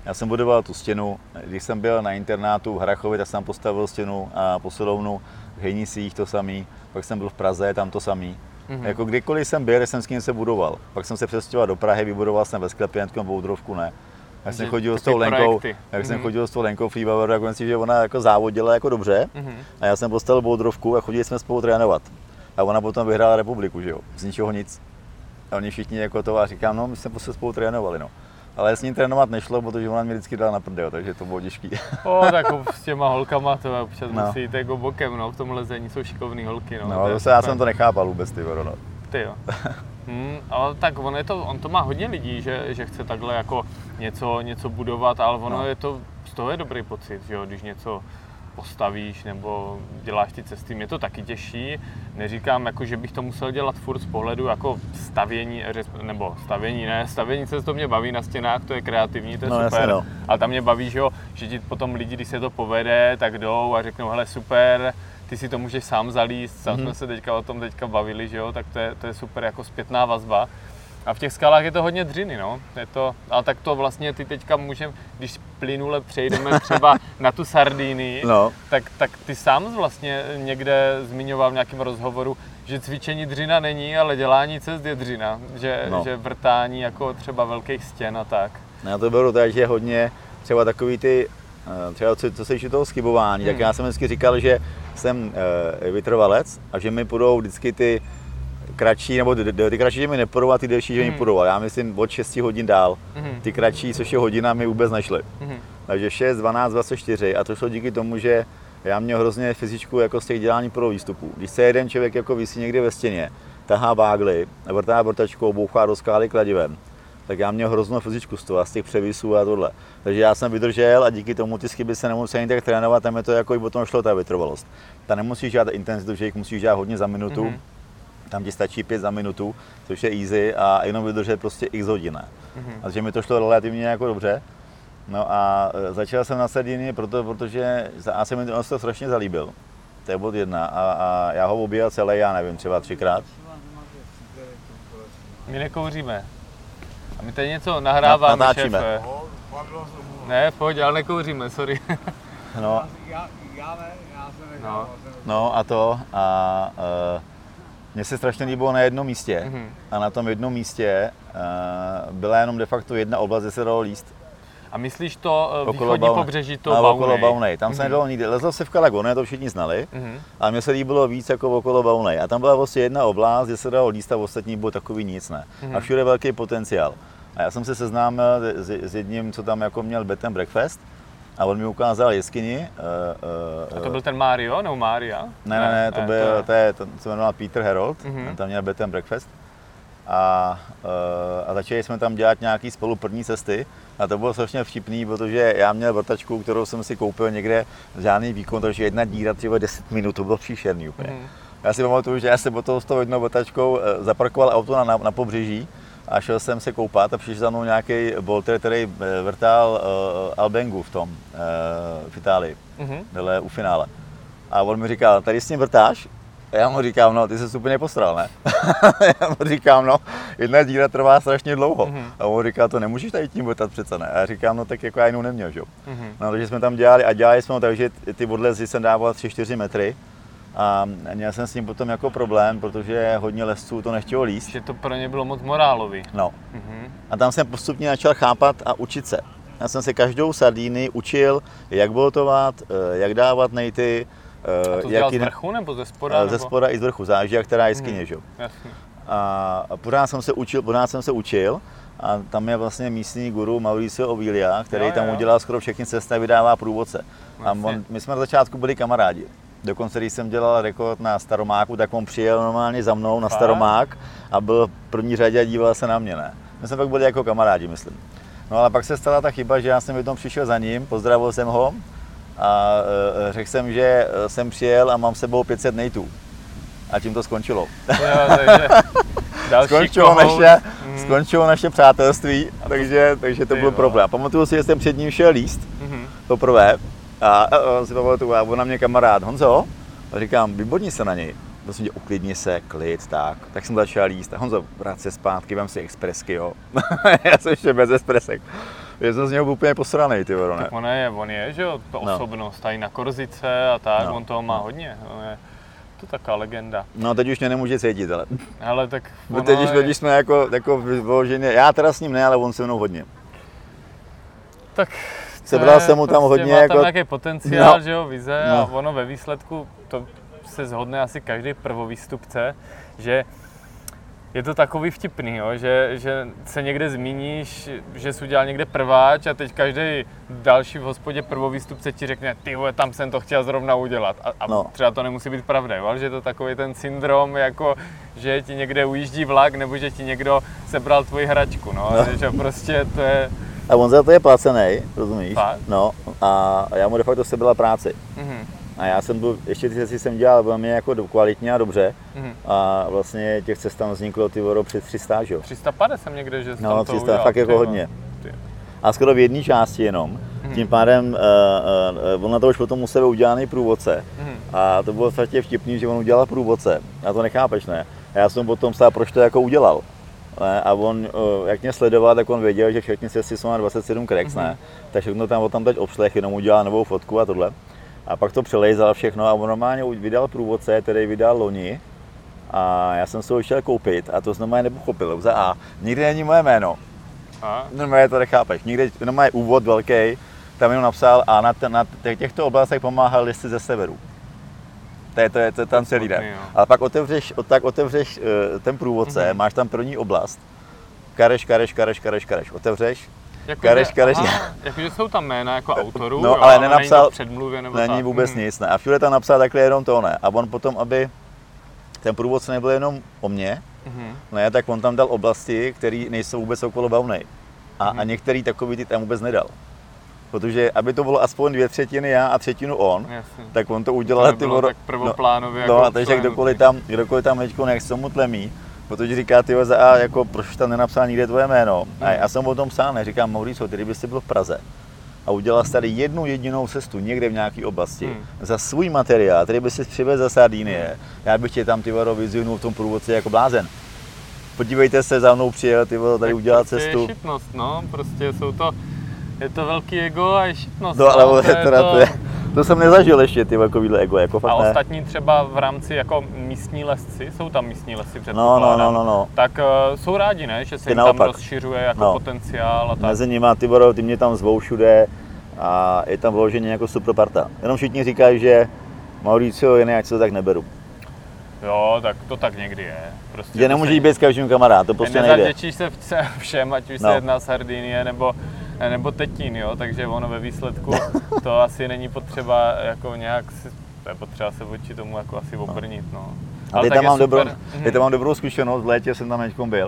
Já jsem budoval tu stěnu, když jsem byl na internátu v Harrachově, tak jsem postavil stěnu a posilovnu, v Hejnicích to samý, pak jsem byl v Praze, tam to samý. Mm-hmm. Jako kdykoliv jsem byl, jsem s kým se budoval. Pak jsem se přestěhoval do Prahy, vybudoval jsem ve Sklepěnku, Boudrovku ne. Jak jsem chodil s tou Lenkou, jak mm-hmm. jsem chodil s tou Lenkou Freebauer, tak myslím, že ona jako závodila jako dobře. Mm-hmm. A já jsem postavil Boudrovku a chodili jsme spolu trénovat. A ona potom vyhrála republiku, že jo, z ničeho nic. A oni všichni jako to a říkám, no my jsme prostě spolu trénovali, no. Ale s ním trénovat nešlo, protože ona mě vždycky dala na prdel, takže to bylo těžký. O, tak s těma holkama to občas no. musí jít jako bokem, no, v tom lezení jsou šikovný holky, no. No, zase já jsem to nechápal vůbec, ty no. Ty jo. Hmm, ale tak on, je to, on to má hodně lidí, že, že chce takhle jako něco, něco budovat, ale ono no. je to, z toho je dobrý pocit, že jo, když něco postavíš nebo děláš ty cesty, mě to taky těší. Neříkám, jako, že bych to musel dělat furt z pohledu jako stavění, nebo stavění, ne, stavění cest to mě baví na stěnách, to je kreativní, to je no, super, jasně, no. Ale tam mě baví, že, jo, že ti potom lidi, když se to povede, tak jdou a řeknou, hele super, ty si to můžeš sám zalíst, sám mm-hmm. jsme se teďka o tom teďka bavili, že jo, tak to je, to je super jako zpětná vazba. A v těch skalách je to hodně dřiny, no. Je to, ale tak to vlastně ty teďka můžeme, když plynule přejdeme třeba na tu Sardinii, no. tak, tak ty sám vlastně někde zmiňoval v nějakém rozhovoru, že cvičení dřina není, ale dělání cest je dřina. Že, no. že vrtání jako třeba velkých stěn a tak. Já to beru tak, že hodně třeba takový ty, třeba co, co se týče toho schybování, hmm. tak já jsem vždycky říkal, že jsem e, vytrvalec a že mi půjdou vždycky ty kratší, nebo ty kratší, že mi nepůjdou a ty delší, že mi půjdou. Já myslím od šesti hodin dál. Mm. Ty kratší, což je hodina, mi vůbec nešly. Mm. Takže šest, dvanáct, dvacet čtyři a to šlo díky tomu, že já měl hrozně fyzičku jako z těch dělání pro výstupů. Když se jeden člověk jako visí někde ve stěně, tahá bágly, vrtá vrtačkou, bouchá do skály kladivem, tak já měl hroznou fyzičku z toho a z těch převisů a tohle. Takže já jsem vydržel a díky tomu ty chyby se nemusí tak trénovat, tam je to jako i potom šlo ta vytrvalost. Ta nemusíš žádat intenzitu, že jich musíš žádat hodně za minutu. Mm. Tam ti stačí pět za minutu, což je easy a jenom vydržet prostě x hodin. Mm-hmm. A takže mi to šlo relativně jako dobře. No a začal jsem na Sardinii, proto, protože a se mi to strašně zalíbil. To je bod jedna. A, a já ho objel celý, já nevím, třeba třikrát. My nekouříme. A my tady něco nahráváme, šéfe. Ne, pojď, ale nekouříme, sorry. No. No. No a to a... Uh, mně se strašně líbilo na jednom místě mm-hmm. a na tom jednom místě uh, byla jenom de facto jedna oblast, kde se dalo líst. A myslíš to uh, východní pobřeží, to Baunej? Okolo Baunej. Tam mm-hmm. se nedalo nikdy. Lezl se v Kalagone, to všichni znali, mm-hmm. ale mně se líbilo víc jako okolo Baunej. A tam byla vlastně jedna oblast, kde se dalo líst a ostatní bylo takový nic, ne. Mm-hmm. A všude velký potenciál. A já jsem se seznámil s, s jedním, co tam jako měl bed and breakfast. A on mi ukázal jeskyni. Uh, uh, a to byl ten Mario, nebo Mária? Ne, ne, ne, to ne, byl, to, je, to se jmenoval Peter Herold, uh-huh. on tam měl bed and breakfast. A, uh, a začali jsme tam dělat nějaký spolu první cesty. A to bylo strašně vtipný, protože já měl vrtačku, kterou jsem si koupil někde, žádný výkon, takže jedna díra třeba deset minut, to bylo příšerný úplně. Uh-huh. Já si pamatuju, že já jsem potom s tou jednou vrtačkou zaparkoval auto na, na pobřeží a šel jsem se koupat a přišel za mnou nějaký bolter, který vrtal uh, Albengu v tom, uh, v Itálii, mm-hmm. dole u finále. A on mi říkal, tady s tím vrtáš? A já mu říkám, no, ty jsi úplně postral, ne? Já mu říkám, no, jedna díra trvá strašně dlouho. Mm-hmm. A on říká, to nemůžeš tady tím vrtat přece, ne? A já říkám, no tak jako já jinou neměl, že jo? Mm-hmm. No, takže jsme tam dělali a dělali jsme, takže ty odlezy jsem dával tři čtyři metry. A měl jsem s tím potom jako problém, protože hodně lesců to nechtělo líst. Že to pro ně bylo moc morálový. No. Mm-hmm. A tam jsem postupně začal chápat a učit se. Já jsem se každou Sardinii učil, jak boltovat, jak dávat nejty. A to dělal z vrchu nebo ze spoda? Ze nebo? Spoda i z vrchu, záleží jak která jeskyně, mm-hmm. že jo. Jasně. A pořád jsem se učil, pořád jsem se učil. A tam je vlastně místní guru Mauricio Ovilia, který jo, tam jo. udělal skoro všechny cesty a vydává průvodce. A on, my jsme na začátku byli kamarádi. Dokonce, když jsem dělal rekord na Staromáku, tak on přijel normálně za mnou na Staromák a byl v první řadě a díval se na mě, ne. My jsme pak byli jako kamarádi, myslím. No ale pak se stala ta chyba, že já jsem jednou přišel za ním, pozdravil jsem ho a e, řekl jsem, že jsem přijel a mám s sebou pět set nejtů. A tím to skončilo. Jo, takže skončilo, naše, mm. skončilo naše přátelství, takže, takže to byl problém. Pamatuju si, že jsem před ním šel líst, mm-hmm. poprvé. A on si pamatuju, a on na mě kamarád Honzo, a říkám, vybodni se na něj. Prosím tě, uklidni se, klid, tak. Tak jsem začal jíst. A Honzo, vrát se zpátky, vem si expresky, jo. Já jsem ještě bez expresek. je to z něho úplně posranej, ty vole, ne? Tak on je, on je, že jo, to No. osobnost, tady na Korzice a tak, No. on toho má No. hodně, on je to taková legenda. No teď už mě nemůže cítit, ale. Ale tak No, teď už je, teď jsme jako, jako vyloženě, já teda s ním ne, ale on se mnou hodně. tak Sebral jsem mu tam prostě hodně má jako- tam nějaký potenciál, No. že jo, vize No. a ono ve výsledku, to se shodne asi každý prvovýstupce, že je to takový vtipný, jo, že, že se někde zmíníš, že jsi udělal někde prváč a teď každý další v hospodě prvovýstupce ti řekne, ty vole, tam jsem to chtěl zrovna udělat. A, a No. třeba to nemusí být pravda, jo, ale že je to takový ten syndrom, jako, že ti někde ujíždí vlak nebo že ti někdo sebral tvoji hračku, no, No. že prostě to je... A on za to je placený, rozumíš? Fakt? No, a já mu de facto sebrala práci. Mhm. A já jsem byl, ještě ty cesty jsem dělal velmi jako do- kvalitně a dobře. Mhm. A vlastně těch cest tam vzniklo ty voro přes tři sta, že jo? tři sta padesát jsem někde, že jsi No, tam to tři sta, udělal. fakt jako ty vole. hodně. Ty. A skoro v jedné části jenom. Tím pádem uh, uh, on na to už potom musel být udělaný průvodce. Mhm. A to bylo fakt vtipný, že on udělal průvodce. A to nechápeš, ne? A já jsem potom psal, proč to jako udělal. Ne? A on, uh, jak mě sledoval, tak on věděl, že všechny cesty jsou na dvacet sedm krex, ne? Tak všechno tam tam teď obšlech, jenom udělal novou fotku a tohle. A pak to přelejzal všechno a on normálně vydal průvodce, který vydal loni. A já jsem se ho chtěl koupit a to znamená nepochopil. Za A, nikdy není moje jméno. A? Normálně to nechápeš. Nikdy, normálně úvod velký, tam jenom napsal a na, t- na těchto oblastech pomáhal listy ze severu. To je, to je, to je tam celý den. smutný, jo. Ale pak otevřeš, tak otevřeš uh, ten průvodce, Mhm. máš tam první oblast. Kareš, kareš, kareš, kareš, kareš. Otevřeš, Jako Kareš, že- Kareš. aha, jakože jsou tam jména jako autorů, No, jo, ale není nenapsal- to v předmluvě nebo není tak. vůbec Mhm. nic. Ne. A všude tam napsal takhle jenom to ne. A on potom, aby ten průvodce nebyl jenom o mně, Mhm. ne, tak on tam dal oblasti, které nejsou vůbec okolo Bavnej. A, Mhm. a některý takový ty tam vůbec nedal. Protože aby to bylo aspoň dvě třetiny já a třetinu on, Jasně. tak on to To udělal nebylo voro- tak prvoplánově No, jako no a takže obsahem kdokoliv nutný. tam, kdokoliv tam teďko nechce tomu tlemí, protože říká, ty za A, jako proč tam nenapsal nikde tvoje jméno. A já jsem o tom psal, neříkám, Mauricio, ty kdybyste byl v Praze a udělal jsi tady jednu jedinou cestu někde v nějaké oblasti Hmm. za svůj materiál, který by si přivez za Sardinie, já bych tě tam ty varo vyzvihnul v tom průvodci jako blázen. Podívejte se, za mnou přijel, ty vole, tady Tak udělat prostě cestu. je šitnost, no, prostě jsou to, je to velký ego a je šitnost. No, ale to vole, je teda to je, to jsem nezažil ještě, ty takovýhle ego, jako A fakt ne. ostatní třeba v rámci jako místní lesci, jsou tam místní lesy No, předpokládám, no, no, no, no. tak uh, jsou rádi, ne, že se Ty jim tam naopak. rozšiřuje jako No. potenciál a tak. Mezi nimi, ty voro, ty mě tam zvou všude a je tam vloženě jako super parta. Jenom všichni říkají, že Mauricio je nějak, co tak neberu. Jo, tak to tak někdy je. Prostě Že to nemůže se- být s každým kamarád, to prostě nejde. Nezavděčíš se vce- všem, ať už No. se jedná Sardinie nebo, nebo Tetín, jo, takže ono ve výsledku to asi není potřeba jako nějak si, to je potřeba se vůči tomu jako asi obrnit, no. A teď tak tam, je mám dobrou, super. teď tam mám dobrou zkušenost, v létě jsem tam teďkom byl.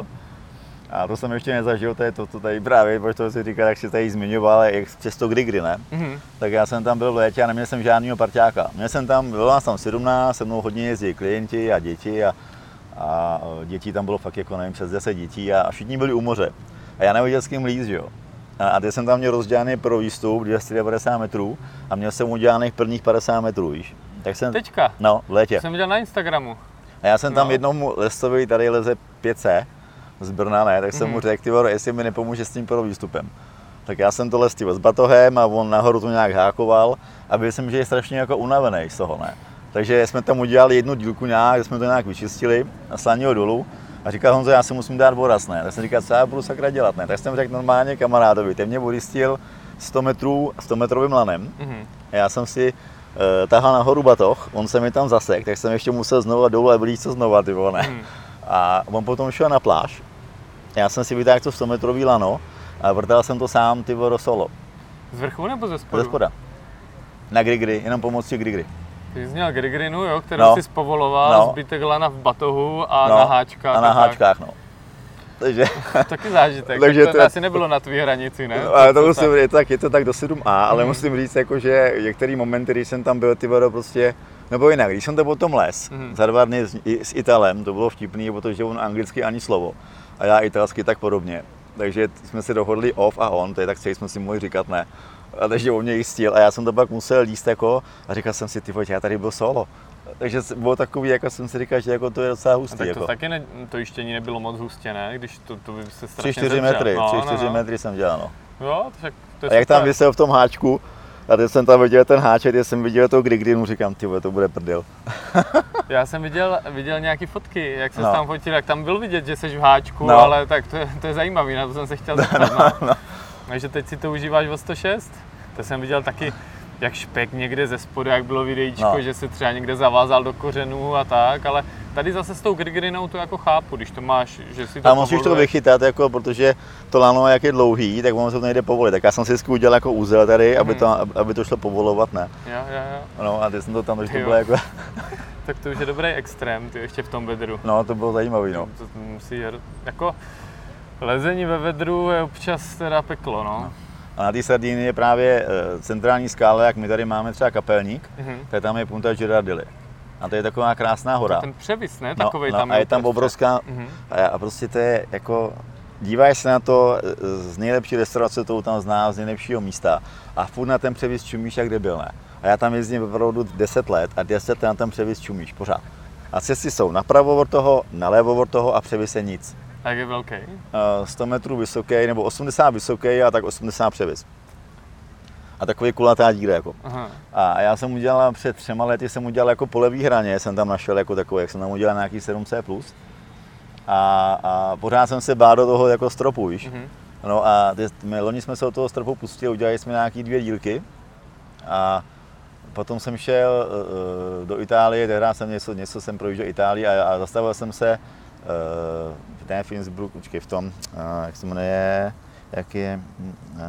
A to jsem ještě nezažil, to je to, co tady právě, protože to si říká, jak si tady zmiňoval, jak přes to kdy, ne? Mhm. Tak já jsem tam byl v létě a neměl jsem žádného parťáka. Měl jsem tam, bylo nás tam sedmnáct, se mnou hodně jezdí klienti a děti a, a dětí tam bylo fakt jako nevím, přes deset dětí a všichni byli u moře. A já nevěděl s kým líst, že jo. A, a teď jsem tam měl rozdělaný pro výstup dvě stě devadesát metrů a měl jsem udělaných prvních padesát metrů, víš. Tak jsem, Teďka, no, v létě. to jsem viděl na Instagramu. A já jsem tam No. jednomu lesovi, tady leze pět set z Brna, ne, tak jsem Mhm. mu řekl, ty vole, jestli mi nepomůže s tím pro výstupem. Tak já jsem to les s batohem a on nahoru to nějak hákoval a byl jsem, že je strašně jako unavený z toho, ne. Takže jsme tam udělali jednu dílku nějak, jsme to nějak vyčistili a slání ho dolů a říkal Honzo, já si musím dát voraz, ne. Tak jsem říkal, co já budu sakra dělat, ne. Tak jsem řekl normálně kamarádovi, ten mě vodistil sto metrů, sto metrovým lanem. Mhm. A já jsem si uh, tahal nahoru batoh, on se mi tam zasek, tak jsem ještě musel znovu dolů a vylít co znova, ty vole. Hmm. A on potom šel na pláž. Já jsem si vytáhl to sto metrový lano a vrtal jsem to sám, ty vole, solo. Z vrchu nebo ze spodu? Ze spoda. Na grigry, jenom pomocí grigry. Ty jsi měl grigrinu, jo, kterou No. jsi spovoloval, No. zbytek lana v batohu a No, na háčkách. A na tak. háčkách, no. Takže, Taky zážitek, Takže tak to, to- asi nebylo na tvý hranici, ne? ale to Co musím, tam- je to tak, je to tak do sedm A, ale Mhm. musím říct, jako, že některý momenty, když jsem tam byl, ty vole, prostě, nebo jinak, když jsem to potom les, Mhm. za dva dny s, i- s Italem, to bylo vtipný, protože on anglicky ani slovo a já italsky tak podobně. Takže jsme si dohodli off a on, to je tak, co jsme si mohli říkat, ne. A takže on mě jistil a já jsem to pak musel líst jako a říkal jsem si, ty vole, já tady byl solo. Takže bylo takový, jako jsem si říkal, že jako to je docela A hustý. tak to jako. taky ne, to jištění nebylo moc hustě, ne? Když to, to by se tři strašně čtyři zemřel. metry, no, tři no, čtyři no. metry jsem dělal, no. Jo, tak to je A jak super. tam vysel v tom háčku, a teď jsem tam viděl ten háček, teď jsem viděl toho Grigrinu, říkám, ty vole, to bude prdel. Já jsem viděl, viděl nějaký fotky, jak se No. tam fotil, jak tam byl vidět, že jsi v háčku, No. ale tak to je, to je zajímavý, na to jsem se chtěl zeptat. No, No. no. Takže teď si to užíváš o sto šest? To jsem viděl taky, jak špek někde ze spodu, jak bylo videíčko, No. že se třeba někde zavázal do kořenů a tak, ale tady zase s tou Grigrinou to jako chápu, když to máš, že si to A musíš to povoluješ. vychytat, jako, protože to lano, jak je dlouhý, tak ono se to nejde povolit. Tak já jsem si vždycky udělal jako úzel tady, aby to, aby to šlo povolovat, ne. Jo, jo, jo. No a teď jsem to tam, takže to Jo. bylo jako, Tak to už je dobrý extrém, ty ještě v tom vedru. no to bylo zajímavý, no. To musí, jako lezení ve vedru je občas teda peklo, no. A na té Sardinii je právě eh, centrální skála, jak my tady máme třeba Kapelník, Mhm. tak tam je Punta Girardelli. A to je taková krásná To hora. je ten převis, ne? No, Takovej no, tam a je tam uprostřed. obrovská, Mhm. a, a prostě to je jako, díváš se na to z nejlepší restaurace, to tam zná, z nejlepšího místa a furt na ten převis čumíš, jak debil, ne? A já tam jezdím opravdu deset let a deset let na ten převis čumíš pořád. A cesty jsou napravo od toho, nalevo od toho a převis je nic. A jak je velký? Uh, sto metrů vysoký, nebo osmdesát vysoký a tak osmdesát převis. A takový kulatá díra jako. Aha. A já jsem udělal před třema lety, jsem udělal jako po levý hraně, jsem tam našel jako takový, jak jsem tam udělal nějaký sedm C plus. A, a pořád jsem se bál do toho jako stropu, víš. Mhm. No a ty, my, loni jsme se od toho stropu pustili, udělali jsme nějaký dvě dílky. A potom jsem šel uh, do Itálie, tehdy jsem něco, něco jsem projížděl Itálii a, a zastavil jsem se uh, ne v Innsbrucku, počkej, v tom, uh, jak se jmenuje, jak je, uh,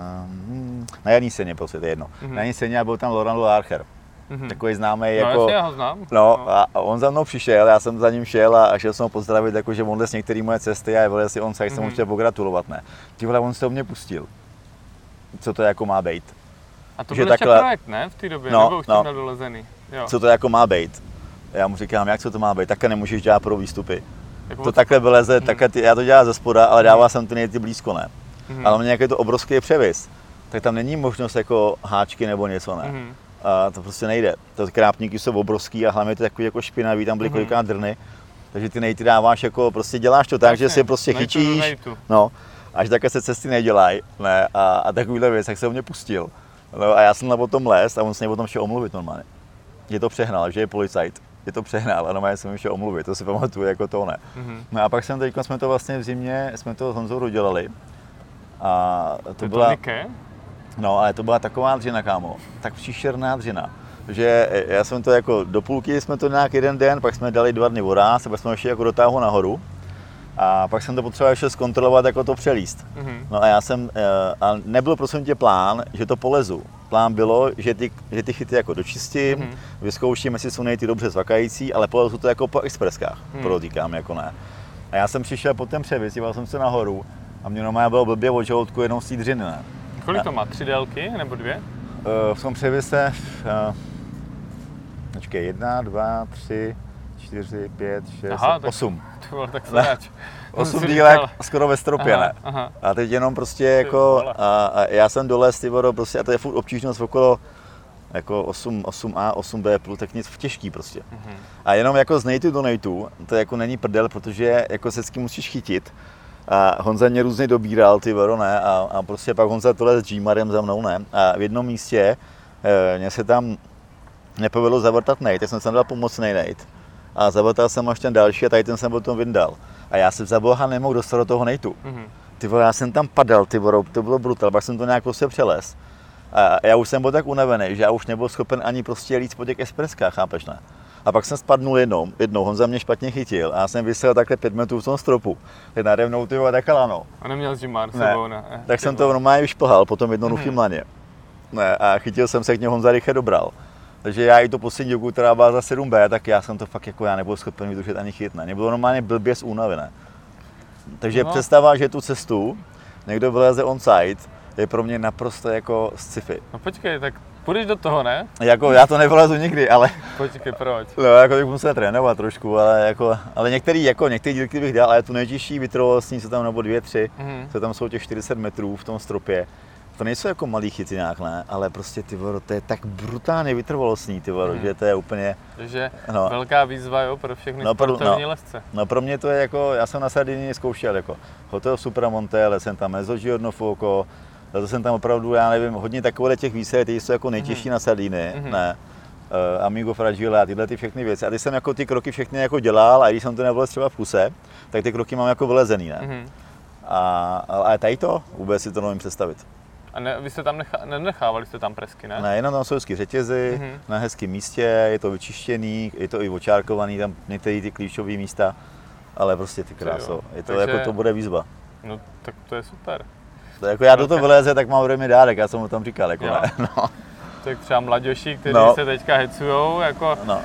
na jedné scéně prostě, to je jedno. Mhm. Na jedné scéně a byl tam Laurent Larcher, Mhm. takový známý No jako... jasně, já ho znám. No a, a on za mnou přišel, já jsem za ním šel a, a šel jsem ho pozdravit, jako, že on les některé moje cesty a vole, si on se, jak jsem mu Mhm. chtěl pogratulovat, ne. Ty vole, on se o mě pustil. Co to jako má být? A to že byl ještě takhle- projekt, ne? V té době, No, nebo už no. tím měl dolezený. Jo. Co to jako má být? Já mu říkám, jak co to má být? Také nemůžeš dělat pro výstupy. Jako To od- takhle vyleze, Mhm. takhle ty, já to dělám ze spoda, ale dával jsem ty nejty blízko, ne. Mhm. Ale mě jak je to obrovský převis, tak tam není možnost jako háčky nebo něco, ne. Mhm. A to prostě nejde. To krápníky jsou obrovský a hlavně to je takový jako špinavý, tam byly Mhm. kolikrát drny. Takže ty nejty dáváš jako, prostě děláš to tak, že Jasně, si prostě nejtu do chytíš, nejtu. no, až také se cesty nedělají, ne, a, a takovýhle věc, tak se o mě pustil. No, a já jsem na potom les a on se mě potom šel omluvit normálně. Je to přehnal, že je policajt, je to přehnal a normálně jsem mi šel omluvit, to si pamatuju, jako to ne. Mhm. No a pak jsem teď, jsme to vlastně v zimě, jsme to s Honzou dodělali. A to To byla, Nike? no ale to byla taková dřina, kámo, tak příšerná dřina. Že já jsem to jako do půlky jsme to nějak jeden den, pak jsme dali dva dny voráz, pak jsme ještě jako dotáhli nahoru. A pak jsem to potřeboval ještě zkontrolovat, jako to přelíst. Mhm. No a já jsem, eh, a nebyl prosím tě plán, že to polezu. Plán bylo, že ty, že ty chyty jako dočistím, Mhm. vyzkouším, jestli jsou nejty dobře zvakající, ale polezu to jako po expreskách, Mhm. podotýkám, jako ne. A já jsem přišel po ten převis, díval jsem se nahoru a mě normálně bylo blbě od žaludku jenom z té dřiny, ne. Kolik to má? Tři délky nebo dvě? Eh, v tom převise, uh, počkej, jedna, dva, tři, čtyři, pět, šest, Aha, tak- osm. To bylo tak Ne. sráč. Osm Jsem dílek říkal- skoro ve stropě, Aha, ne. aha. A teď jenom prostě jako, vole. a, a já jsem dole z Tivoro prostě, a to je furt obtížnost okolo jako osm, osm A, osm B plus, tak nic těžký prostě. Mhm. A jenom jako z nejtu do nejtu, to jako není prdel, protože jako se s tím musíš chytit. A Honza mě různě dobíral, ty vero, ne, a, a prostě pak Honza tohle s G-Marem za mnou, ne, a v jednom místě e, mě se tam nepovedlo zavrtat nejt, tak jsem se dal pomocnej nejt. A zavrtal jsem až ten další a tady ten jsem potom vyndal. A já se za boha nemohl dostat do toho nejtu. Mhm. Ty vole, já jsem tam padal, ty vole, to bylo brutal, pak jsem to nějak prostě přelez. A já už jsem byl tak unavený, že já už nebyl schopen ani prostě líct po těch espreskách, chápeš, ne? A pak jsem spadnul jednou, jednou, Honza mě špatně chytil a já jsem vysel takhle pět metrů v tom stropu. Teď nade mnou, ty vole, takhle lano. A neměl Jimar s Ne. sebou, ne? Eh, Tak ty jsem vole. to normálně vyšplhal po tom jednoduchým Mhm. laně. Ne, a chytil jsem se k němu, Honza rychle dobral. Takže já i tu poslední dílku, která byla za sedm B, tak já jsem to fakt jako já nebyl schopen vydržet ani chyt, ne. Mě bylo normálně blbě z únavy, ne. Takže No. představa, že tu cestu někdo vyleze on site, je pro mě naprosto jako sci-fi. No počkej, tak půjdeš do toho, ne? Jako já to nevylezu nikdy, ale Počkej, proč? no, jako bych musel trénovat trošku, ale jako, ale některý, jako některý dílky bych dal, ale tu nejtěžší vytrvalostní, co tam nebo dvě, tři, Mhm. co tam jsou těch čtyřicet metrů v tom stropě. To nejsou jako malý chyty nějak, ne, ale prostě ty voro, to je tak brutálně vytrvalostní, ty voro, Mhm. že to je úplně, Takže No. velká výzva, jo, pro všechny No, pro- sportovní no. lezce. no pro mě to je jako, já jsem na Sardinii zkoušel jako Hotel Supramonte, ale jsem tam Mezzogiorno Fuoco, To jsem tam opravdu, já nevím, hodně takové těch výsad, ty jsou jako nejtěžší mm-hmm. na sardíny, mm-hmm. ne. Uh, Amigo Fragile a tyhle ty všechny věci. A ty jsem jako ty kroky všechny jako dělal a když jsem to nebyl třeba v kuse, tak ty kroky mám jako vylezený, ne. Mm-hmm. A, ale tady to vůbec si to nevím představit. A ne, vy jste tam nechá, nenechávali jste tam presky, ne? Ne, jenom tam jsou hezky řetězy, mm-hmm. na hezkém místě, je to vyčištěný, je to i očárkovaný, tam některé ty klíčové místa, ale prostě ty kráso, je to, takže, jako to bude výzva. No tak to je super. To jako já do toho vyleze, tak mám ode mě dárek, já jsem mu tam říkal, jako ne. No. Tak třeba mladěši, kteří no. se teďka hecujou, jako no.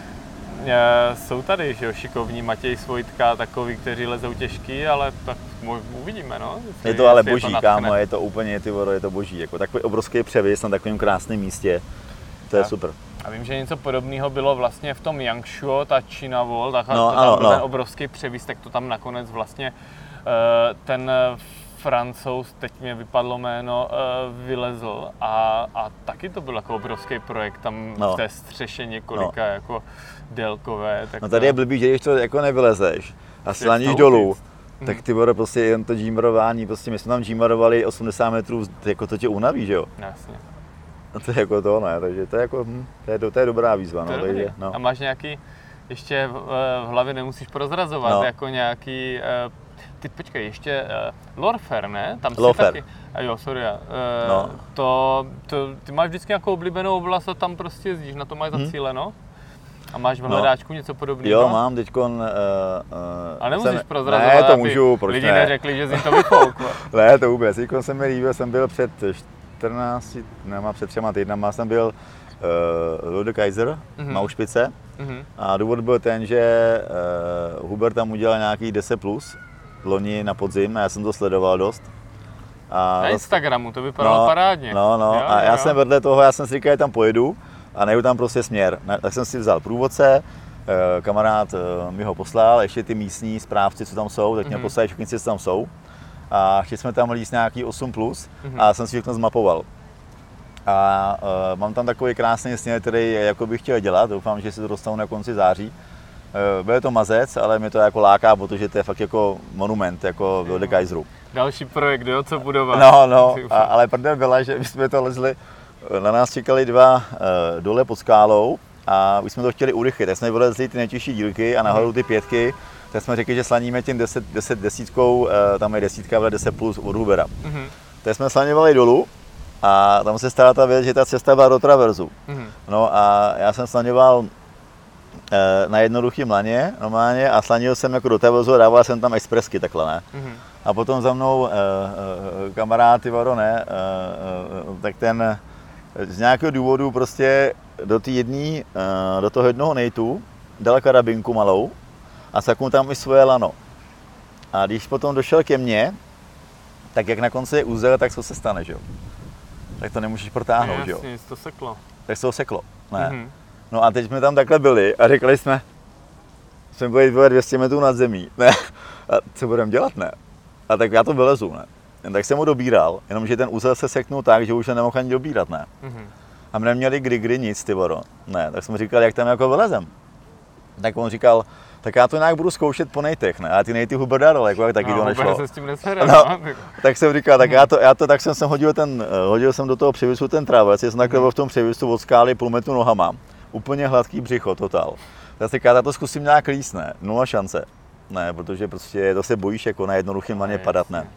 e, jsou tady, že jo, šikovní Matěj Svojtka, takový, kteří lezou těžký, ale tak uvidíme, no. Je to ale boží, je to kámo, je to úplně, ty voro, je to boží, jako takový obrovský převis na takovém krásném místě, to je a, super. A vím, že něco podobného bylo vlastně v tom Yangshuo, ta China Wall, tak no, to tam ano, byl no. ten obrovský převis, tak to tam nakonec vlastně uh, ten Francouz, teď mě vypadlo jméno, uh, vylezl a, a taky to byl jako obrovský projekt tam no. v té střeše několika no. jako délkové. Tak no tady to... je blbý, že když to jako nevylezeš a slaníš dolů, tak ty vole prostě jen to džímarování, prostě my jsme tam džímarovali osmdesát metrů, jako to tě unaví, že jo? Jasně. No to je jako to, ne, takže to je jako, hm, to je, to je dobrá výzva, no, takže, no. A máš nějaký, ještě v, v hlavě nemusíš prozrazovat, no. jako nějaký, uh, ty počkej, ještě uh, Lorfer, ne? Tam Lorfer. Taky, a jo, sorry, uh, no. to, to, ty máš vždycky nějakou oblíbenou oblast a tam prostě jezdíš, na to máš hmm. zacíleno? A máš v hledáčku no. něco podobného? Jo, mám teďkon... Uh, uh, a nemusíš jsem, prozrazovat, ne, to můžu, proč lidi ne? neřekli, že jsi to vyfoukl. Ne, to vůbec, teďkon se mi líbil, jsem byl před čtrnácti, ne, před třema týdnama jsem byl uh, Lode Kaiser, mm-hmm. na Aušpice. Mm-hmm. A důvod byl ten, že uh, Hubert tam udělal nějaký deset plus, loni na podzim, a já jsem to sledoval dost. A na Instagramu, to vypadalo no, parádně. No, no, jo, a já jo. jsem vedle toho, já jsem si říkal, že tam pojedu a najdu tam prostě směr. Tak jsem si vzal průvodce, kamarád mi ho poslal, ještě ty místní správci, co tam jsou, tak mě mm-hmm. poslali všichni, co tam jsou. A chtěli jsme tam líst nějaký osm plus mm-hmm. a jsem si všechno zmapoval. A uh, mám tam takový krásný směr, který jako bych chtěl dělat, doufám, že si to dostanu na konci září. Uh, byl to mazec, ale mě to jako láká, protože to je fakt jako monument, jako v Lode Kaiseru. Další projekt, jo, co budovat. No, no, a, ale prdel byla, že my jsme to lezli, na nás čekali dva uh, dole pod skálou a už jsme to chtěli urychlit, tak jsme vylezli ty nejtěžší dílky a nahoru ty pětky, tak jsme řekli, že slaníme tím deset, deset desítkou, uh, tam je desítka, ale deset plus od Hubera. Mm-hmm. Tak jsme slaněvali dolů a tam se stala ta věc, že ta cesta byla do traverzu. Mm-hmm. No a já jsem slaňoval uh, na jednoduchým laně normálně a slanil jsem jako do traverzu a dával jsem tam expresky takhle, ne. Mm-hmm. A potom za mnou uh, uh, kamarád, ty varo, ne, uh, uh, tak ten z nějakého důvodu prostě do té jedné, uh, do toho jednoho nejtu dal karabinku malou a saknul tam i svoje lano. A když potom došel ke mně, tak jak na konci je úzel, tak co se stane, že jo? Tak to nemůžeš protáhnout, že jo? Jasně, to seklo. Tak se to seklo, ne. Mm-hmm. No a teď jsme tam takhle byli a řekli jsme, jsme byli dvě stě metrů nad zemí, ne? A co budeme dělat, ne? A tak já to vylezu, ne? Jen tak jsem ho dobíral, jenomže ten úzel se seknul tak, že už se nemohl ani dobírat, ne? Mm-hmm. A my neměli kdy, kdy nic, ty voro, ne? Tak jsme říkali, jak tam jako vylezem. Tak on říkal, tak já to nějak budu zkoušet po nejtech, ne? A ty nejty Hubert dal, jako jak taky no, to nešlo. se s tím nesere, no, no. Tak jsem říkal, tak já to, já to, tak jsem sem hodil ten, hodil jsem do toho převisu ten trávec, jsem takhle byl v tom převisu od skály půl metru nohama. Úplně hladký břicho, totál. Tak si říkal, já to zkusím nějak líst, ne? Nula šance. Ne, protože prostě to se bojíš jako na jednoduchým laně padat, ne.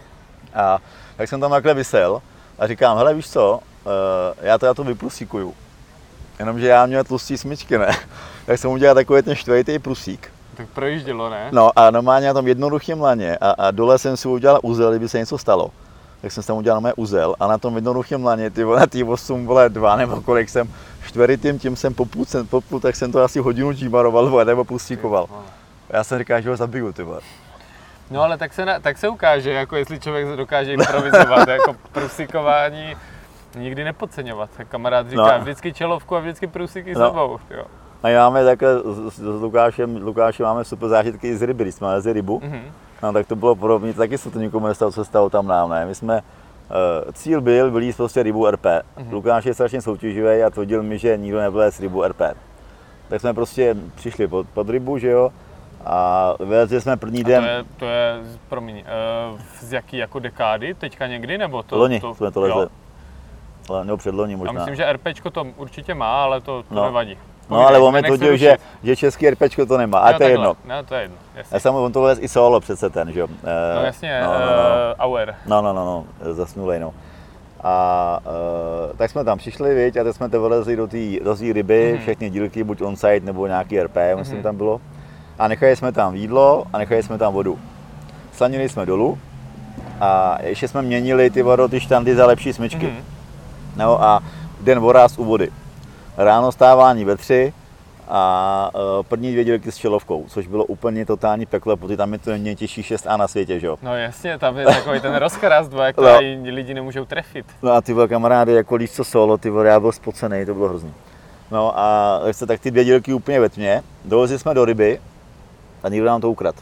A tak jsem tam takhle visel a říkám, hele víš co, já to, já to vyprusíkuju. Jenomže já měl tlustý smyčky, ne. Tak jsem udělal takový ten čtvrtý prusík. Tak projíždělo, ne? No a normálně na tom jednoduchým laně a, a dole jsem si udělal uzel, kdyby se něco stalo. Tak jsem tam udělal mé uzel a na tom jednoduchým laně, ty vole, ty osm, vole, dva nebo kolik jsem čtveritým, tím jsem popůl, popůl, tak jsem to asi hodinu džímaroval, vole, nebo pustíkoval. Já jsem říkal, že ho zabiju, ty vole. No ale tak se, na, tak se ukáže, jako jestli člověk dokáže improvizovat, jako prusíkování nikdy nepodceňovat. Kamarád říká, no. Vždycky čelovku a vždycky prusíky no. sebou, jo. A máme takhle s, s Lukášem, Lukášem máme super zážitky i z ryby, když jsme lezli rybu, mm-hmm. no, tak to bylo podobně, taky se to nikomu nestalo, co se stalo tam nám, ne. My jsme, uh, cíl byl vylízt prostě rybu R P. Mm-hmm. Lukáš je strašně soutěživý a tvrdil mi, že nikdo nevylez rybu R P. Tak jsme prostě přišli pod, pod rybu, že jo, A vylezli jsme první den. A to je, to je promiň, uh, z jaký jako dekády? Teďka někdy, nebo to? Loni to, jsme to lezli. Ale nebo předloni možná. Já myslím, že RPčko to určitě má, ale to, to no. nevadí. No ale on mi tvrdil, že, že český RPčko to nemá, a no, to je jedno. No to je jedno, jasně. Já jsem on to lez i solo přece ten, že jo. No jasně, no, no, no. Uh, Auer. No, no, no, no, zasnulej, no. A uh, tak jsme tam přišli, viď, a teď jsme to vylezli do té do ryby, mm-hmm. všechny dílky, buď on-site nebo nějaký R P, myslím, mm-hmm. tam bylo. A nechali jsme tam jídlo a nechali jsme tam vodu. Slanili jsme dolů a ještě jsme měnili ty vodo, ty štandy za lepší smyčky. Mm-hmm. No a den voráz u vody. Ráno stávání ve tři a uh, první dvě dílky s čelovkou, což bylo úplně totální peklo, protože tam je to nejtěžší šest A na světě, že jo? No jasně, tam je takový ten rozkraz, jak no. lidi nemůžou trefit. No a ty vole kamarády, jako líš co solo, ty vole, já byl spocený, to bylo hrozný. No a tak ty dvě dílky úplně ve tmě, dolezli jsme do ryby a někdo nám to ukradl.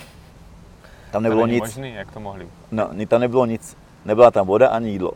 Tam nebylo to není nic. Možný, jak to mohli? No, tam nebylo nic. Nebyla tam voda ani jídlo.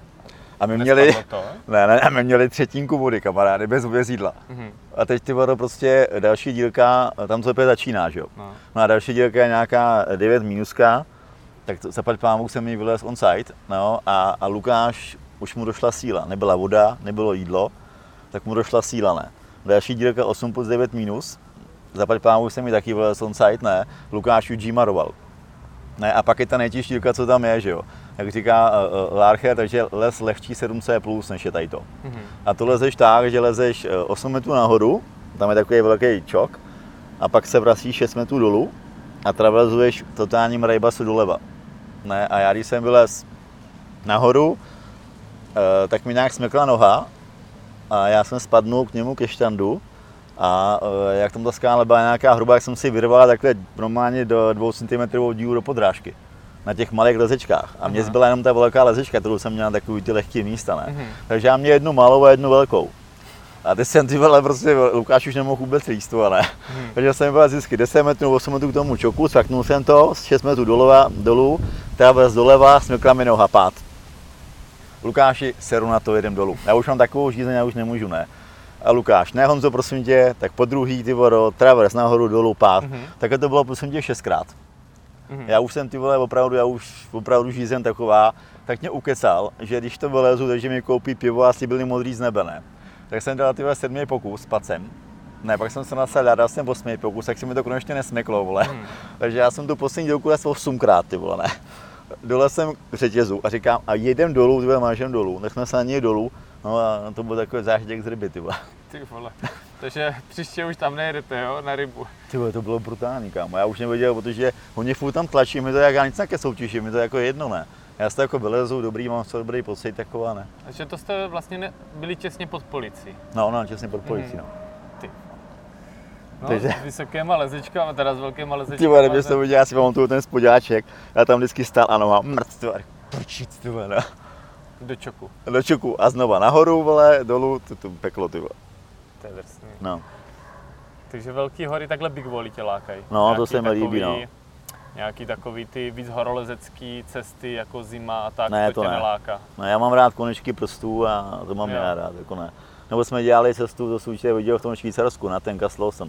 A my měli, to, ne, ne, a my měli třetinku vody, kamarády, bez, bez jídla. Mm-hmm. A teď ty vodo prostě další dílka, tam to opět začíná, že jo. No. no a další dílka je nějaká devět minuska, tak to, zaplať pámu jsem mi vylez on site, no a, a Lukáš, už mu došla síla, nebyla voda, nebylo jídlo, tak mu došla síla, ne. Další dílka osm plus devět minus, zaplať pámu jsem mi taky vylez on site, ne, Lukáš už G-maroval. Ne, a pak je ta nejtěžší dílka, co tam je, že jo. Jak říká uh, Larcher, takže les lehčí sedm C plus, než je tady to. Mm-hmm. A to lezeš tak, že lezeš osm metrů nahoru, tam je takový velký čok, a pak se vracíš šest metrů dolů a traverzuješ totálním rejbasu doleva. Ne, a já když jsem vylez nahoru, uh, tak mi nějak smekla noha a já jsem spadnul k němu ke štandu. A uh, jak tam ta skála byla nějaká hrubá, jak jsem si vyrval takhle normálně do dvou centimetrů díru do podrážky. Na těch malých lezečkách. A mně zbyla jenom ta velká lezečka, kterou jsem měl na takový ty lehké místa, ne? Mm-hmm. Takže já měl jednu malou a jednu velkou. A teď jsem ty vole prostě, Lukáš už nemohl vůbec líst, ne? Mm-hmm. Takže jsem byl vždycky deset metrů, osm metrů k tomu čoku, svaknul jsem to, z šest metrů doleva, dolů, travers doleva, smykla mi noha, pád. Lukáši, seru na to, jedem dolů. Já už mám takovou žízeň, já už nemůžu, ne? A Lukáš, ne Honzo, prosím tě, tak po druhý ty vodo, travers nahoru, dolů, pád. Mm-hmm. Takhle to bylo prosím tě šestkrát. Mm-hmm. Já už jsem ty vole opravdu, já už opravdu žízeň taková, tak mě ukecal, že když to vylezu, takže mi koupí pivo a slíbili modrý z nebe, ne. Tak jsem dal ty vole sedmý pokus s pacem. Ne, pak jsem se nasadl, dal jsem osmý pokus, tak si mi to konečně nesmeklo, vole. Mm. Takže já jsem tu poslední dílku les osmkrát, ty vole, ne. Dole jsem k řetězu a říkám, a jedem dolů, ty vole, mážem dolů, tak jsme se na něj dolů, no a to byl takový zážitek z ryby, ty vole. Ty vole, takže příště už tam nejedete, jo, na rybu. Ty vole, to bylo brutální, kámo, já už nevěděl, protože oni furt tam tlačí, mi to jak já nic také soutěží, mi to jako jedno, ne. Já si to jako vylezu, dobrý, mám co dobrý pocit, taková, ne. Takže to jste vlastně ne, byli těsně pod policií. No, no, těsně pod policií, mm. no. Ty. No, takže... s vysokýma lezečkama, teda s velkýma lezečkama. Ty vole, mě se viděl, já si pamatuju ten spoďáček, já tam vždycky stál a noha, mrc, ty vole, prčíc, ty vole, no. Do čoku. Do čoku a znova nahoru, vole, dolů, to, to peklo, ty vole. To je drsný. No. Takže velký hory takhle big volley tě lákají. No, nějaký to se mi líbí, no. Nějaký takový ty víc horolezecký cesty jako zima a tak, ne, to, to tě ne. neláká. No, já mám rád konečky prstů a to mám já rád, jako ne. Nebo jsme dělali cestu, to jsem určitě viděl v tom Švýcarsku, na ten Gastlausen.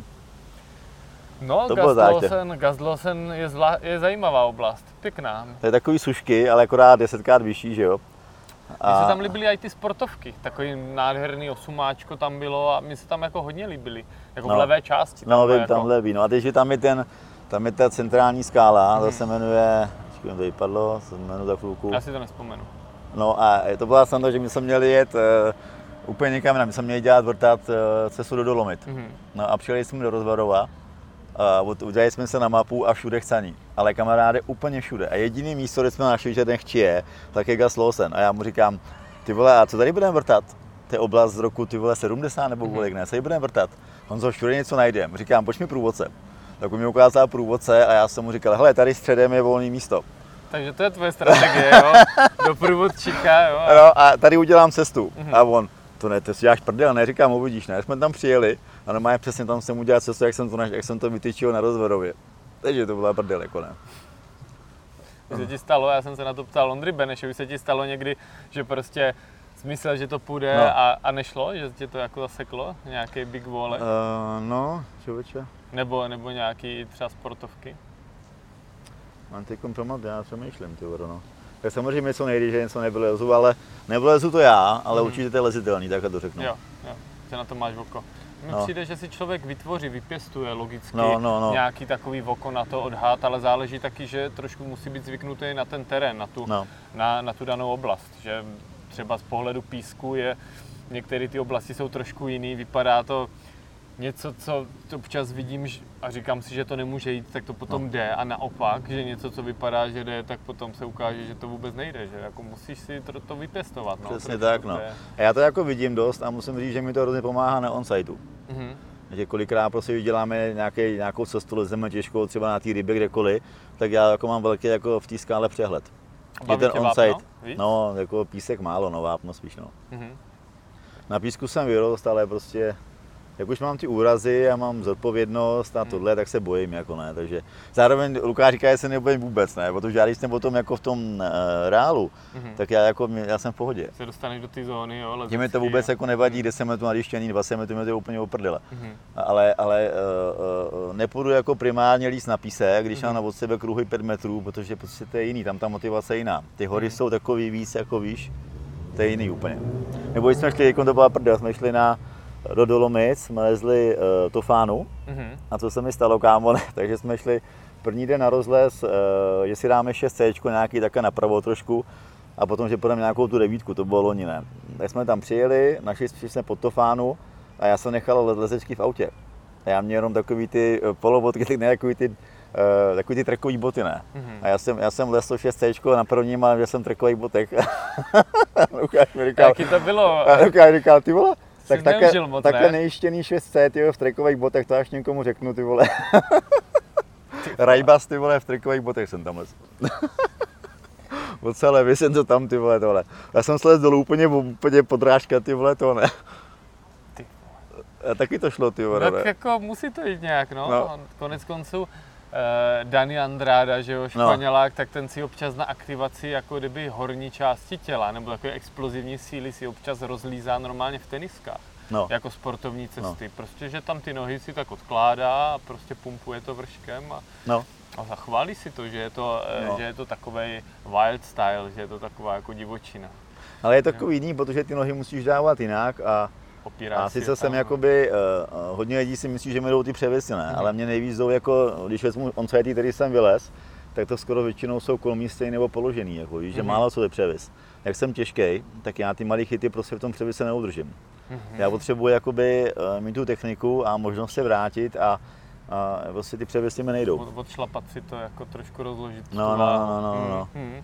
No, Gastlausen, Gastlausen je, zvla, je zajímavá oblast, pěkná. To je takový sušky, ale akorát desetkrát vyšší, že jo. A... Mně se tam líbily i ty sportovky, takový nádherný osumáčko tam bylo a mně se tam jako hodně líbily, jako no. v levé části. No, vím, jako... tam levý, no a teď tam je ten, tam je ta centrální skála, hmm. to se jmenuje, počkej, to vypadlo, se jmenuje za chvilku. Já si to nespomenu. No a to byla sranda, že my jsme měli jet uh, úplně někam jinam, my jsme měli dělat vrtat uh, cestu do Dolomit. Hmm. No a přijeli jsme do Rozvarova. Uh, udělali jsme se na mapu a všude chcaní, ale kamaráde úplně všude. A jediný místo, kde jsme našli, že ten chtěje, tak je Gastlausen. A já mu říkám, ty vole, a co tady budeme vrtat? To je oblast z roku, ty vole, sedmdesát nebo kolik, ne? Co tady budeme vrtat? Honzo, všude něco najdeme. Říkám, pojď mi průvodce. Tak mi ukázal průvodce a já jsem mu říkal, hele, tady středem je volné místo. Takže to je tvoje strategie, jo? Do průvodčíka, jo? No a tady udělám cestu. Mm-hmm. A on, to ne, to si děláš prdel, ne, říkám, uvidíš, ne? Jsme tam přijeli a normálně přesně tam jsem udělal cestu, jak jsem to, jak jsem to vytyčil na Rozvarově. Takže to byla prdel, jako ne. Už se ti stalo, já jsem se na to ptal Ondry Beneše, už se ti stalo někdy, že prostě Myslel, že to půjde no. a, a nešlo? Že tě to jako zaseklo? Nějaký big wall? Uh, no, člověče. Nebo, nebo nějaký třeba sportovky? Mám teď kompromat, já přemýšlím, ty no. Tak samozřejmě něco nejde, že něco nevylezu, ale nevylezu to já, ale mm. určitě to je lezitelný, takhle to řeknu. Jo, jo, že na to máš oko. Mně no. přijde, že si člověk vytvoří, vypěstuje logicky no, no, no. nějaký takový oko na to odhad, ale záleží taky, že trošku musí být zvyknutý na ten terén, na tu, no. na, na tu danou oblast. Že třeba z pohledu písku je, některé ty oblasti jsou trošku jiný, vypadá to něco, co občas vidím a říkám si, že to nemůže jít, tak to potom no. jde a naopak, že něco, co vypadá, že jde, tak potom se ukáže, že to vůbec nejde, že jako musíš si to, to vypěstovat. No, přesně tak, no. A já to jako vidím dost a musím říct, že mi to hrozně pomáhá na on-siteu. Mm-hmm. Že kolikrát prostě děláme nějaký, nějakou cestu, lezeme těžkou, třeba na té rybě kdekoliv, tak já jako mám velký jako v té skále přehled. Je ten on-site, no, jako písek málo, no vápno spíš, no. Mm-hmm. Na písku jsem vyrost, ale prostě jak už mám ty úrazy a mám zodpovědnost a tohle, tak se bojím, jako ne, takže zároveň Lukáš říká, že se nebojím vůbec, ne, protože já když jsem potom jako v tom uh, reálu, mm-hmm. tak já jako, já jsem v pohodě. Se dostaneš do té zóny, jo, lezecký. Tím mi to vůbec jako nevadí, deset metrů nadištěný, dvacet metrů mi to úplně uprdele. Mm-hmm. Ale, ale uh, uh, nepůjdu jako primárně líst na písek, když mm-hmm. mám od sebe kruhy pět metrů, protože prostě to je jiný, tam ta motivace je jiná. Ty hory mm-hmm. jsou takový víc, jako víš, to je jiný úplně. Nebo když jsme šli, jako to byla prdel, jsme šli na do Dolomic, jsme lezli uh, Tofánu mm-hmm. a co se mi stalo, kámo, ne? Takže jsme šli první den na rozlez, uh, že si dáme šest cé, nějaký také napravo trošku a potom, že půjdeme nějakou tu devítku, to bylo loni, ne? Tak jsme tam přijeli, našli jsme pod Tofánu a já jsem nechal lezečky v autě. A já měl jenom takový ty polovotky, ne takový ty, uh, takový ty trackový boty, ne? Mm-hmm. A já jsem, já jsem lesl šest cé na prvním, ale že jsem trackových botek. Lukáš mi říkal, jaký to bylo? A Lukáš říkal, ty vole, tak také, moc, také ne? nejištěný šest cé v trackových botech, to až někomu řeknu, ty vole. Rajbas, ty vole, v trackových botech jsem tam lesl. Od celé vy jsem to tam, ty vole, tohle. Já jsem slez dolů úplně, úplně podrážka, ty vole, to ne. Ty. A taky to šlo, ty vole. Tak ne? Jako musí to jít nějak, no. no. Konec konců eh, Dani Andrada, že jo, Španělák, no. tak ten si občas na aktivaci jako kdyby horní části těla, nebo takové explozivní síly si občas rozlízá normálně v teniskách. No. Jako sportovní cesty. No. Prostě, že tam ty nohy si tak odkládá a prostě pumpuje to vrškem a, no. a zachválí si to, že je to, no. že je to takovej wild style, že je to taková jako divočina. Ale je to takový jiný, protože ty nohy musíš dávat jinak a A sice jsem jakoby, uh, hodně lidí si myslí, že mi jdou ty převisy, ne? Mm. Ale mě nejvíc jdou jako, když vezmu on-site, který jsem vylez, tak to skoro většinou jsou kolmístej nebo položený, jako, víš, mm. že málo co je převis. Jak jsem těžkej, tak já ty malé chyty prostě v tom převise neudržím. Mm. Já potřebuji jakoby uh, mít tu techniku a možnost se vrátit a, a prostě ty převisy mi nejdou. Od, odšlapat si to, jako trošku rozložit. No, no, no, no, no. Mm.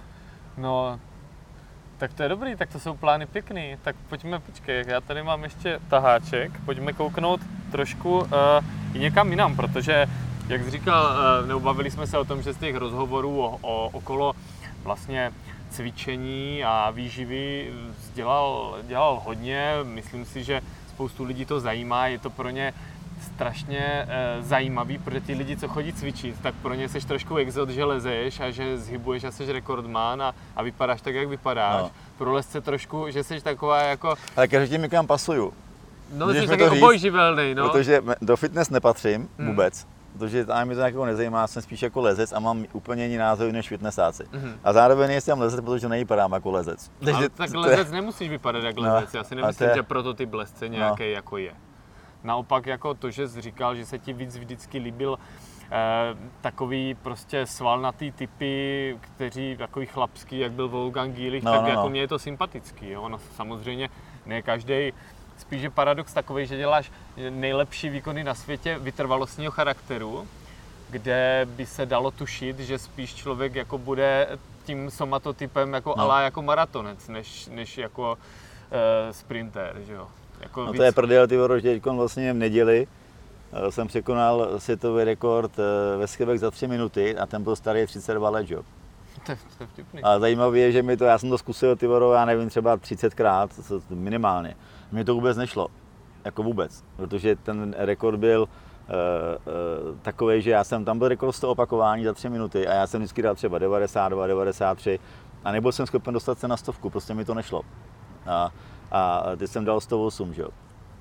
no. Tak to je dobrý, tak to jsou plány pěkný. Tak pojďme, počkej, já tady mám ještě taháček, pojďme kouknout trošku uh, i někam jinam, protože, jak jsi říkal, uh, nebo bavili jsme se o tom, že z těch rozhovorů o, o, okolo vlastně cvičení a výživy dělal, dělal hodně. Myslím si, že spoustu lidí to zajímá, je to pro ně strašně e, zajímavý, protože ty lidi, co chodí cvičit, tak pro ně seš trošku exot, že lezeš a že zhybuješ a seš rekordman a, a vypadáš tak, jak vypadáš. No. Pro lezce trošku, že seš taková jako... Ale každý mi kam pasuju. No, jsi taky obojživelný, no. Protože do fitness nepatřím hmm. vůbec, protože tam mi to nějakého nezajímá, jsem spíš jako lezec a mám úplně jiný názor než fitnessáci. Mm-hmm. A zároveň nejsem lezec, protože nevypadám jako lezec. Ale tak to lezec je... nemusíš vypadat jako lezec, no, já si nemyslím, je... že prototyp lezce nějaký no. jako je. Naopak jako to, že jsi říkal, že se ti víc vždycky líbil eh, takový prostě svalnatý typy, kteří takový chlapský, jak byl Wolfgang Gielich, no, tak no, jako no. mně je to sympatický. Jo? No, samozřejmě ne každý, spíš je paradox takový, že děláš nejlepší výkony na světě vytrvalostního charakteru, kde by se dalo tušit, že spíš člověk jako bude tím somatotypem jako no. ala jako maratonec, než, než jako eh, sprinter, že jo. Jako no víc... to je prdel, ty voro, že teďkon vlastně v neděli jsem překonal světový rekord ve Skebek za tři minuty a ten byl starý třicet dva let, jo. To je, to je vtipný. A zajímavé je, že mi to, já jsem to zkusil, ty voro, já nevím, třeba třicetkrát, minimálně. Mně to vůbec nešlo, jako vůbec, protože ten rekord byl uh, uh, takovej, že já jsem, tam byl rekord sto opakování za tři minuty a já jsem vždycky dal třeba devadesát dva, devadesát tři a nebyl jsem schopen dostat se na stovku, prostě mi to nešlo. A, a teď jsem dal sto osm, že jo.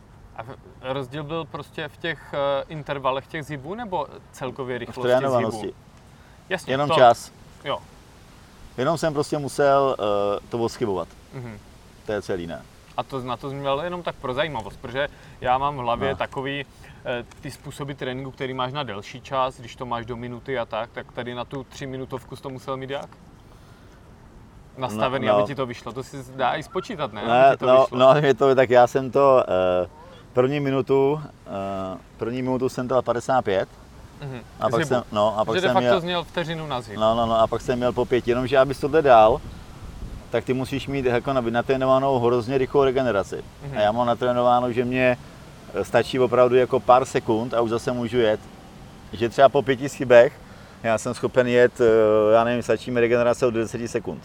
A rozdíl byl prostě v těch uh, intervalech těch zhybů, nebo celkově rychlosti v trénovanosti. zhybů? Jasně, jenom to... čas. Jo. Jenom jsem prostě musel uh, to odchybovat. Mm-hmm. To je celý, ne? A to na to jsem měl jenom tak pro zajímavost, protože já mám v hlavě no. takový eh, ty způsoby tréninku, který máš na delší čas, když to máš do minuty a tak, tak tady na tu tři minutovku to musel mít jak? Nastavený, no, no. aby ti to vyšlo. To si dá i spočítat, ne? ne to no, no, je to, tak já jsem to uh, první minutu, uh, první minutu jsem dal padesát pět. Mm-hmm. A pak jsem, no, a pak že jsem de facto měl, zněl vteřinu na zhyb. No, no, no, a pak jsem měl po pěti, jenomže abys tohle dal, tak ty musíš mít jako natrénovanou hrozně rychlou regeneraci. Mm-hmm. A já mám natrénováno, že mě stačí opravdu jako pár sekund a už zase můžu jet. Že třeba po pěti schybech já jsem schopen jet, já nevím, stačí mi regenerace od deset sekund.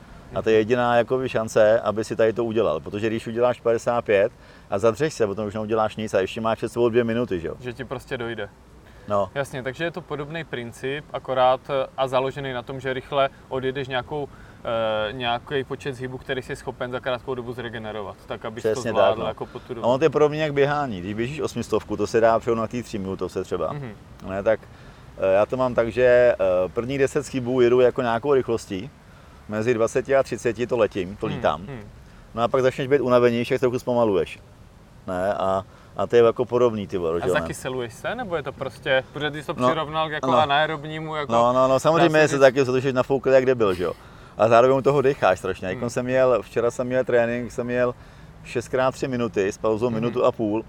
A to je jediná jakoby šance, aby si tady to udělal, protože když uděláš padesát pět a zadřeš se, potom už neuděláš nic a ještě máš před sebou dvě minuty, že jo? Že ti prostě dojde. No. Jasně, takže je to podobný princip, akorát a založený na tom, že rychle odjedeš nějakou, e, nějaký počet zhybů, který jsi schopen za krátkou dobu zregenerovat, tak abys přesně to zvládl tak, no. jako po tu dobu. A on to je podobně jak běhání, když běžíš osmistovku, to se dá přehodnout na té tři minutovce třeba. Mm-hmm. Ne, tak já to mám tak, že první deset schybů jedu jako nějakou rychlostí, mezi dvacet a třicet to letím, to lítám. Mm-hmm. No a pak začneš být unavenější, tak trochu zpomaluješ. Ne, a A to je jako podobný, ty vole, A zakyseluješ se, nebo je to prostě, protože ty jsi to no, přirovnal jako no. anaerobnímu, jako... No, no, no, samozřejmě se taky, protože nafoukli jak debil, že jo. A zároveň u toho decháš strašně. Hmm. Jako jsem měl, včera jsem měl trénink, jsem měl šest krát tři minuty s pauzou hmm. minutu a půl.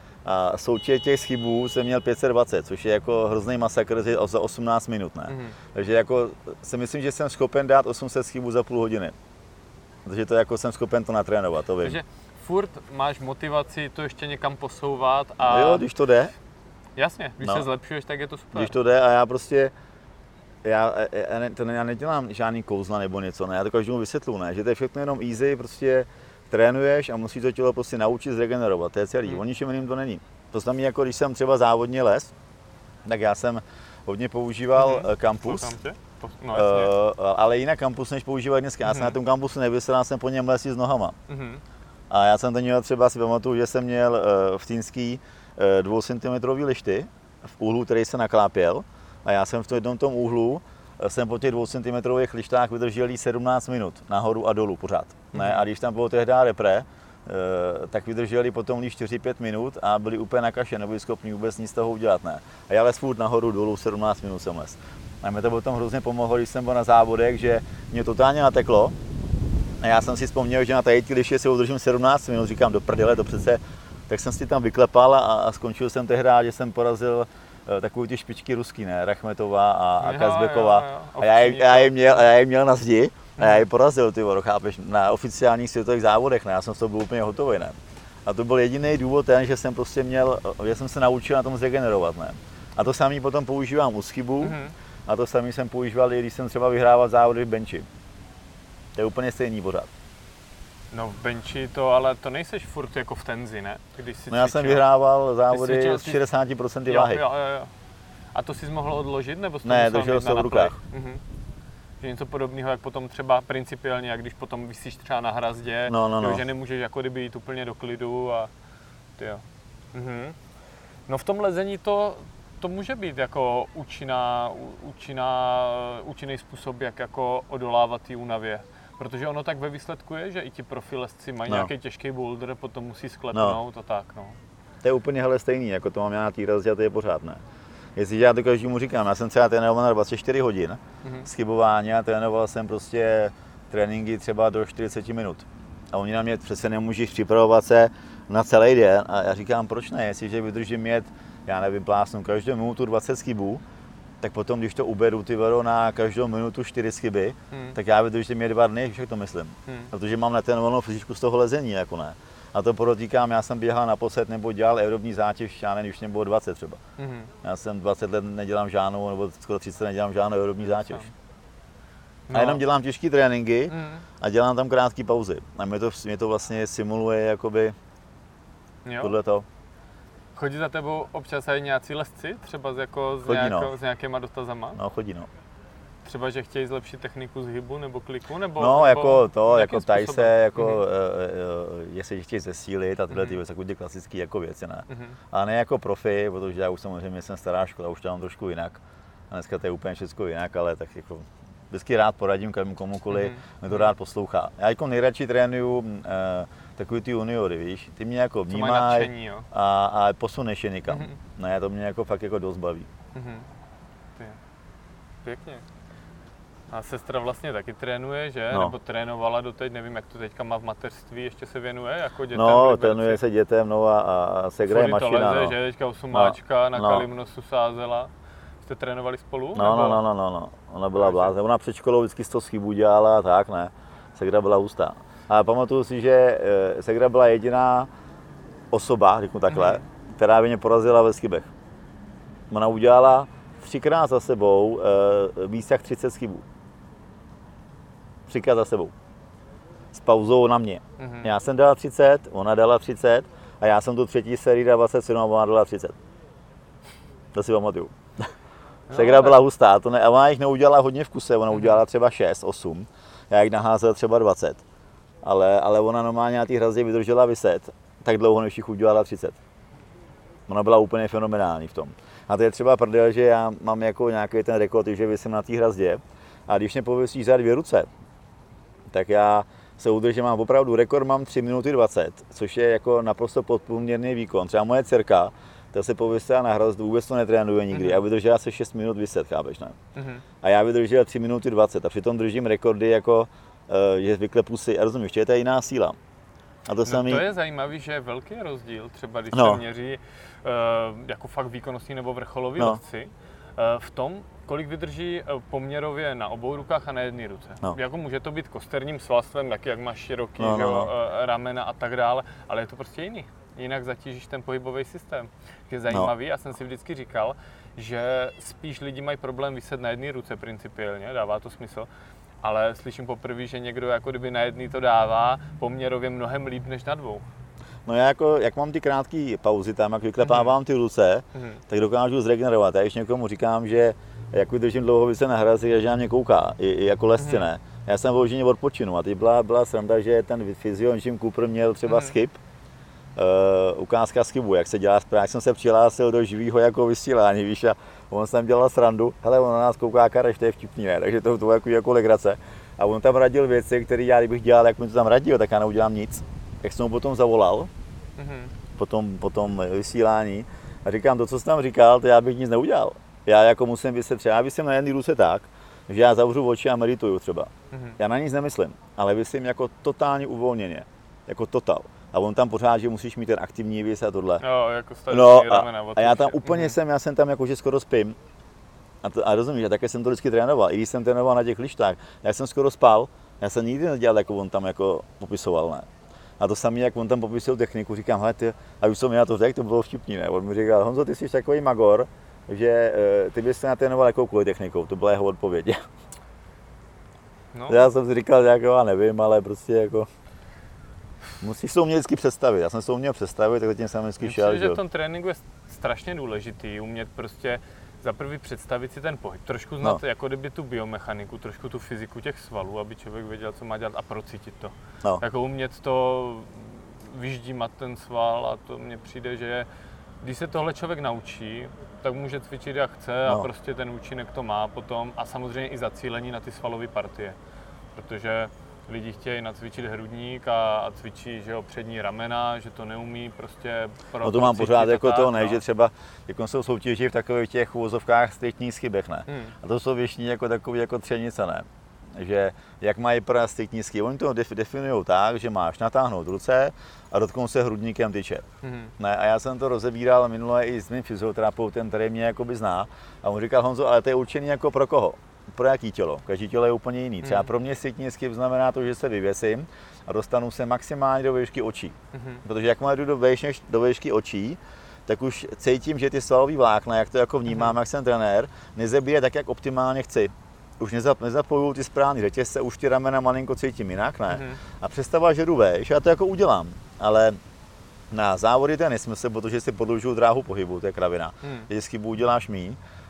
A součet těch schybů jsem měl pět set dvacet, což je jako hrozný masakr za osmnáct minut, ne? Hmm. Takže jako si myslím, že jsem schopen dát osm set schybů za půl hodiny. Takže to jako jsem schopen to natrénovat, to vím. Takže furt máš motivaci to ještě někam posouvat a... Jo, když to jde. Jasně, když no. se zlepšuješ, tak je to super. Když to jde a já prostě, já, já, ne, to ne, já nedělám žádný kouzla nebo něco, ne, já to každému vysvětlu, ne, že to je všechno jenom easy, prostě trénuješ a musíš to tělo prostě naučit zregenerovat, to je celý, hmm. o ničem jiným to není. To znamená, jako když jsem třeba závodně les, tak já jsem hodně používal hmm. kampus, no, uh, ale jinak kampus než používat dneska, já hmm. jsem na tom kampusu nevysil, já jsem po něm lesí s nohama. Hmm. A já jsem to měl třeba, si pamatuju, že jsem měl uh, v Týnský uh, dvoucentimetrový lišty v úhlu, který se naklápěl. A já jsem v tom jednom tom úhlu, uh, jsem po těch dvoucentimetrových lištách vydržel sedmnáct minut nahoru a dolů pořád. Mm-hmm. Ne? A když tam bylo tehdy repre, uh, tak vydrželi potom líš čtyři pět minut a byli úplně na kaše, nebyli schopni vůbec nic z toho udělat. Ne? A já les furt nahoru dolů, sedmnáct minut jsem les. A mě to potom hrozně pomohlo, když jsem byl na závodech, že mě totálně nateklo. A já jsem si vzpomněl, že na tady když si udržím sedmnáct minut, říkám do prdele, to přece, tak jsem si tam vyklepal a, a skončil jsem tehdy, že jsem porazil uh, takovou ty špičky ruský, ne, Rachmetová a, a Kazbeková. Jo, jo, jo. A já je, já, je měl, a já je měl na zdi a já je porazil, ty vole, chápeš, na oficiálních světových závodech, ne, já jsem z toho byl úplně hotový, ne. A to byl jediný důvod ten, že jsem prostě měl, že jsem se naučil na tom zregenerovat, ne. A to samý potom používám u schybů mm-hmm. a to samý jsem používal, i když jsem třeba vyhrával závody v benči. To je úplně stejný pořád. No v benči to, ale to nejseš furt jako v tenzi, ne? Když jsi no já cvičil, jsem vyhrával závody cvičil, s šedesát procent váhy. Jo, jo, jo. A to jsi mohl odložit, nebo jsi to ne, musel držel mít se v rukách. Mhm. Že něco podobného, jak potom třeba principiálně, jak když potom visíš třeba na hrazdě, no, no, no. Jo, že nemůžeš jako kdyby jít úplně do klidu a tyjo. Mhm. No v tom lezení to, to může být jako účinná, účinná, účinný způsob, jak jako odolávat té únavě. Protože ono tak ve výsledku je, že i ti profilesci mají no. nějaký těžký boulder, potom musí sklepnout no. a tak, no. To je úplně hele stejný, jako to mám já na té razdě a to je pořád, ne. Jestliže já to každému říkám, já jsem třeba trénoval na dvacet čtyři hodin mm-hmm. schybování a trénoval jsem prostě tréninky třeba do čtyřicet minut. A oni na mě přece nemůžeš připravovat se na celý den a já říkám, proč ne, jestliže vydržím jet, já nevím, plásnu každou minutu dvacet schybů, tak potom, když to uberu ty vero na každou minutu čtyři chyby, hmm. tak já vydržím je dva dny, však to myslím. Hmm. Protože mám natrénovanou fyzičku z toho lezení, jako ne. A to podotýkám, já jsem běhal naposled nebo dělal aerobní zátěž, já nevím, když mě bylo dvacet třeba. Hmm. Já jsem dvacet let nedělám žádnou, nebo skoro třicet nedělám žádnou aerobní zátěž. No. A jenom dělám těžké tréninky hmm. a dělám tam krátké pauzy. A mě to, mě to vlastně simuluje jakoby podle toho. Chodí za tebou občas i nějací lesci, třeba s, jako, s, chodí, nějakou, no. s nějakýma dotazama? No, chodí, no. třeba, že chtějí zlepšit techniku zhybu nebo kliku, nebo... No, nebo jako to, jako způsobem? ptají se, jako, mm-hmm. uh, uh, jestli chtějí zesílit a tyhle ty věci, takové ty klasické jako věci, ne. Mm-hmm. Ale ne jako profi, protože já už samozřejmě jsem stará škola, už to mám trošku jinak. A dneska to je úplně všechno jinak, ale tak jako vždycky rád poradím komukoliv, mm-hmm. mě to rád poslouchá. Já jako nejradši trénuju uh, takový ty juniory, víš, ty mě jako vnímají a, a posuneš je někam. Mm-hmm. Ne, to mě jako fakt jako dost baví. Mm-hmm. Pěkně. A sestra vlastně taky trénuje, že? No. Nebo trénovala doteď, nevím, jak to teďka má v mateřství, ještě se věnuje jako dětem? No, trénuje se dětem, no a, a se hraje mašina, leze, no. že? Teďka osmáčka no. na no. Kalimnosu sázela. Jste trénovali spolu? No, nebo? no, no, no, no, ona byla blázna. Ona před školou vždycky sto chybu dělala a tak, ne. Segra byla hustá. Ale pamatuju si, že Segra byla jediná osoba, řeknu takhle, mm-hmm. která by mě porazila ve schybech. Ona udělala třikrát za sebou e, víc jak třicet chybů. Třikrát za sebou. S pauzou na mě. Mm-hmm. Já jsem dala třicet, ona dala třicet a já jsem tu třetí sérii dala dvacet sedm a ona dala třicet. To si pamatuju. Segra byla hustá, to ne, a ona jich neudělala hodně v kuse, ona udělala třeba šest, osm, já jich naházel třeba dvacet. Ale, ale ona normálně na té hrazdě vydržela vyset, tak dlouho, než jich udělala třicet. Ona byla úplně fenomenální v tom. A to je třeba prdel, že já mám jako nějaký ten rekord, že vysím na té hrazdě a když mě pověsíš za dvě ruce, tak já se udržím, mám opravdu rekord, mám tři minuty dvacet, což je jako naprosto podprůměrný výkon. Třeba moje dcerka, ta se pověsila na hrazdu, vůbec to netrénuje nikdy mm-hmm. a vydržela se šest minut vyset, chápeš, ne? Mm-hmm. A já vydržel tři minuty dvacet a přitom držím rekordy jako, že vyklepu si, a rozumíš, to je ta jiná síla. A to, no samý... to je zajímavý, že je velký rozdíl, třeba když no. se měří uh, jako fakt výkonnostní nebo vrcholoví no. lovci, uh, v tom, kolik vydrží poměrově na obou rukách a na jedné ruce. No. Jako může to být kosterním svalstvem, taky jak máš široký no, no, no. uh, ramena a tak dále, ale je to prostě jiný. Jinak zatížíš ten pohybový systém. Je zajímavý, no. Já jsem si vždycky říkal, že spíš lidi mají problém vyset na jedné ruce principiálně, dává to smysl. Ale slyším poprvé, že někdo jako kdyby na jedný to dává poměrově mnohem líp než na dvou. No já jako, jak mám ty krátké pauzy tam, jak vyklepávám mm-hmm. ty ruce, mm-hmm. tak dokážu zregenerovat. Já když někomu říkám, že jak držím dlouho vyse na hrazi, že na mě kouká, i, i jako lesci, mm-hmm. ne. Já jsem vyloženě odpočinu a teď byla, byla sranda, že ten fyzio Jim Cooper měl třeba mm-hmm. schyb, uh, ukázka schybu, jak se dělá správně. Jak jsem se přihlásil do živého jako vysílání, víš, a on tam dělal srandu, hele, on na nás kouká Kareš, to je vtipný, ne, takže to, to jako, jako legrace. A on tam radil věci, které já, kdybych dělal, jak mi to tam radil, tak já neudělám nic. Jak jsem ho potom zavolal, mm-hmm. potom, potom vysílání, a říkám, to, co jsi tam říkal, to já bych nic neudělal. Já jako musím vyset třeba, já vysím na jedné ruce tak, že já zavřu oči a medituju třeba. Mm-hmm. Já na nic nemyslím, ale vysím jako totálně uvolněně, jako total. A on tam pořád, že musíš mít ten aktivní vys a tohle. Jo, jako no a, a já tam úplně mm-hmm. jsem, já jsem tam jako, že skoro spím. A, to, a rozumíš, a také jsem to vždycky trénoval. I když jsem trénoval na těch lištách, já jsem skoro spal, já jsem nikdy nedělal, jako on tam jako popisoval, ne. A to samé, jak on tam popisoval techniku, říkám, hele ty, a už jsem mi na to řekl, to bylo vtipný, ne. On mi říkal, Honzo, ty jsi takový magor, že uh, ty bys se natrénoval jakoukoliv technikou, to byla jeho odpověď. No. Já jsem si říkal, jako já nevím, ale prostě jako... Musíš se umět vždycky představit, já jsem se uměl představit, tak zatím jsem vždycky šel. Myslím, že v tom tréninku je strašně důležitý umět prostě za prvý představit si ten pohyb, trošku znát no. jako kdyby tu biomechaniku, trošku tu fyziku těch svalů, aby člověk věděl, co má dělat a procítit to. No. Jako umět to vyždímat ten sval a to mně přijde, že když se tohle člověk naučí, tak může cvičit jak chce no. a prostě ten účinek to má potom a samozřejmě i zacílení na ty svalové partie, protože lidi chtějí nacvičit hrudník a, a cvičí, že jo, přední ramena, že to neumí prostě pro. No to mám pořád jako tak, to, ne, no. že třeba jako jsou soutěži v takových těch uvozovkách striktních schybech, ne. Hmm. A to jsou většině jako takový jako třenice, ne. Že jak mají pro striktní schyby, oni to definují tak, že máš natáhnout ruce a dotknout se hrudníkem tyče. Hmm. Ne, a já jsem to rozebíral minule i s mým fyzioterapeutem, který mě jakoby zná, a on říkal, Honzo, ale to je určený jako pro koho? Pro jaký tělo? Každý tělo je úplně jiný. Třeba pro mě striktní schyb znamená to, že se vyvěsím a dostanu se maximálně do výšky očí. Mm-hmm. Protože jakmile jdu do výšky, do výšky očí, tak už cítím, že ty svalový vlákna, jak to jako vnímám, mm-hmm. jak jsem trenér, nezabíje tak, jak optimálně chci. Už nezap, nezapojuju ty správný řetězce, už ty ramena malinko cítím jinak, ne? Mm-hmm. A představa, že jdu vejš, já to jako udělám. Ale na závody to je nesmysl, protože si podlužuju dráhu pohybu, to je kravina. Mm. Když chybu uděláš míň.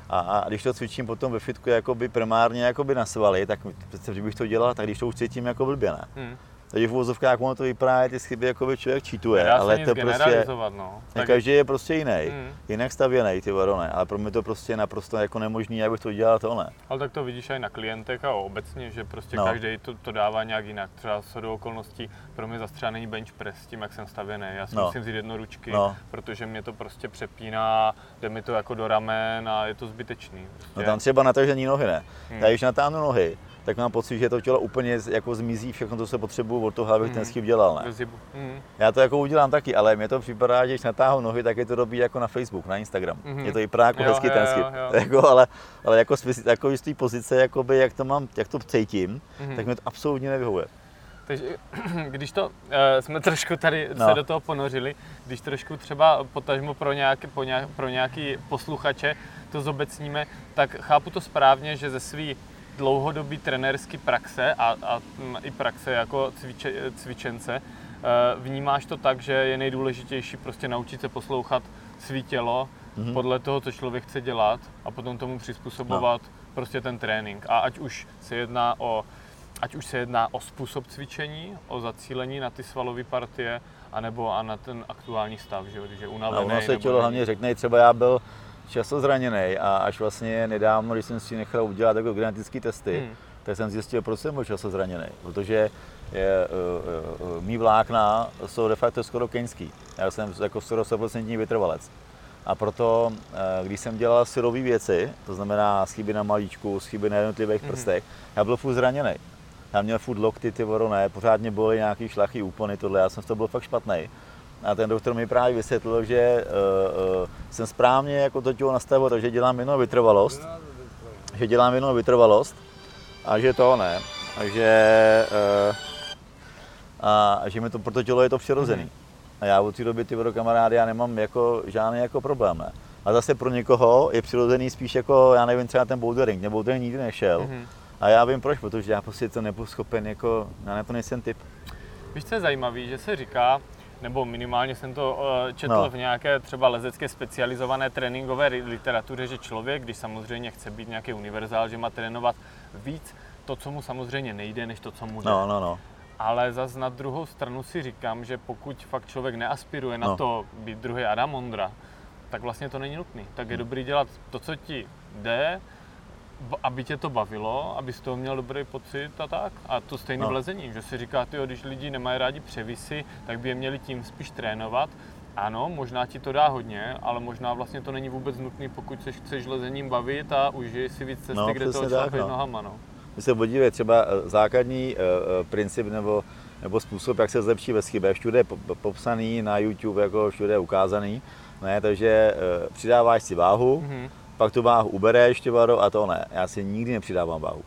A, a když to cvičím potom ve fitku jakoby primárně jakoby na svaly, tak přece, když bych to dělal, tak když to už cítím jako blbě, ne? Hmm. Takže v uvozovkách ono to vypadá, ty chyby jakoby člověk čítuje, ale to prostě, no. Tak... každý je prostě jiný, hmm. jinak stavěný, ty varone, ale pro mě to prostě je naprosto jako nemožný, abych to dělal tohle. Ale tak to vidíš i na klientech a obecně, že prostě no. každý to, to dává nějak jinak. Třeba shodou okolností pro mě zase třeba není bench press s tím, jak jsem stavěný. Já si no. musím vzít jednoručky, no. protože mě to prostě přepíná, jde mi to jako do ramen a je to zbytečný. Prostě. No tam třeba natažení nohy ne. Hmm. Já když natáhnu nohy, tak mám pocit, že to tělo úplně jako zmizí všechno, co se potřebuju od toho, abych mm. ten skyp dělal, ne? Mm. Já to jako udělám taky, ale mně to připadá, že když natáhnu nohy, tak je to dobrý jako na Facebook, na Instagram. Mm. Je to vypadá jako jo, hezký jo, ten skyp. Jako, ale, ale jako, jako z té pozice, jakoby, jak to mám, jak to cítím, mm. tak mi to absolutně nevyhovuje. Takže když to, uh, jsme trošku tady no. se do toho ponořili, když trošku třeba potažmo pro nějaký, po nějak, pro nějaký posluchače to zobecníme, tak chápu to správně, že ze svý dlouhodobý trenérský praxe a, a i praxe jako cviče, cvičence, vnímáš to tak, že je nejdůležitější prostě naučit se poslouchat svý tělo mm-hmm. podle toho, co člověk chce dělat a potom tomu přizpůsobovat no. prostě ten trénink. A ať už se jedná o, ať už se jedná o způsob cvičení, o zacílení na ty svalové partie, anebo a na ten aktuální stav, že když je unavený. No, ono se tělo hlavně řekne, třeba já byl často zraněný a až vlastně nedávno, když jsem si nechal udělat jako genetické testy, hmm. tak jsem zjistil, proč jsem byl často zraněný. Protože je, uh, uh, mý vlákna jsou de facto skoro keňský. Já jsem jako skoro sto procent vytrvalec. A proto, uh, když jsem dělal silové věci, to znamená schyby na malíčku, schyby na jednotlivých hmm. prstech, já byl furt zraněný. Já měl furt lokty, ty voroné, pořádně byly nějaký šlachy, úpony, tohle, já jsem z toho byl fakt špatný. A ten doktor mi právě vysvětlil, že uh, uh, jsem správně jako to tělo nastavil, takže dělám jenom vytrvalost, že dělám jenom vytrvalost a že to ne, a že, uh, a, že mi to pro to tělo je to přirozený. Mm. A já od té doby ty kamarády, já nemám jako žádný jako problém, ne. A zase pro někoho je přirozený spíš jako, já nevím, třeba ten bouldering, mě bouldering nikdy nešel. Mm. A já vím proč, protože já prostě to nebudu schopen, jako, já na to nejsem typ. Víš, co je zajímavý, že se říká, nebo minimálně jsem to uh, četl no. v nějaké třeba lezecké specializované tréninkové literatuře, že člověk, když samozřejmě chce být nějaký univerzál, že má trénovat víc to, co mu samozřejmě nejde, než to, co mu jde. No, no, no. Ale zas na druhou stranu si říkám, že pokud fakt člověk neaspiruje na no. to být druhý Adam Ondra, tak vlastně to není nutný. Tak je dobrý dělat to, co ti jde, aby tě to bavilo, aby z toho měl dobrý pocit a tak. A to stejný no. v lezení, že si říká, tyjo, když lidi nemají rádi převisy, tak by je měli tím spíš trénovat. Ano, možná ti to dá hodně, ale možná vlastně to není vůbec nutný, pokud se chceš lezením bavit a užij si víc cesty, no, kde toho šlapeš no. nohama. No. My se podívej, třeba základní uh, princip nebo, nebo způsob, jak se zlepší ve schybech, všude je popsaný na YouTube, jako všude je ukázaný, ne, takže uh, přidáváš si váhu, mm-hmm. pak tu váhu ubereš, ty vado, a to ne. Já si nikdy nepřidávám váhu.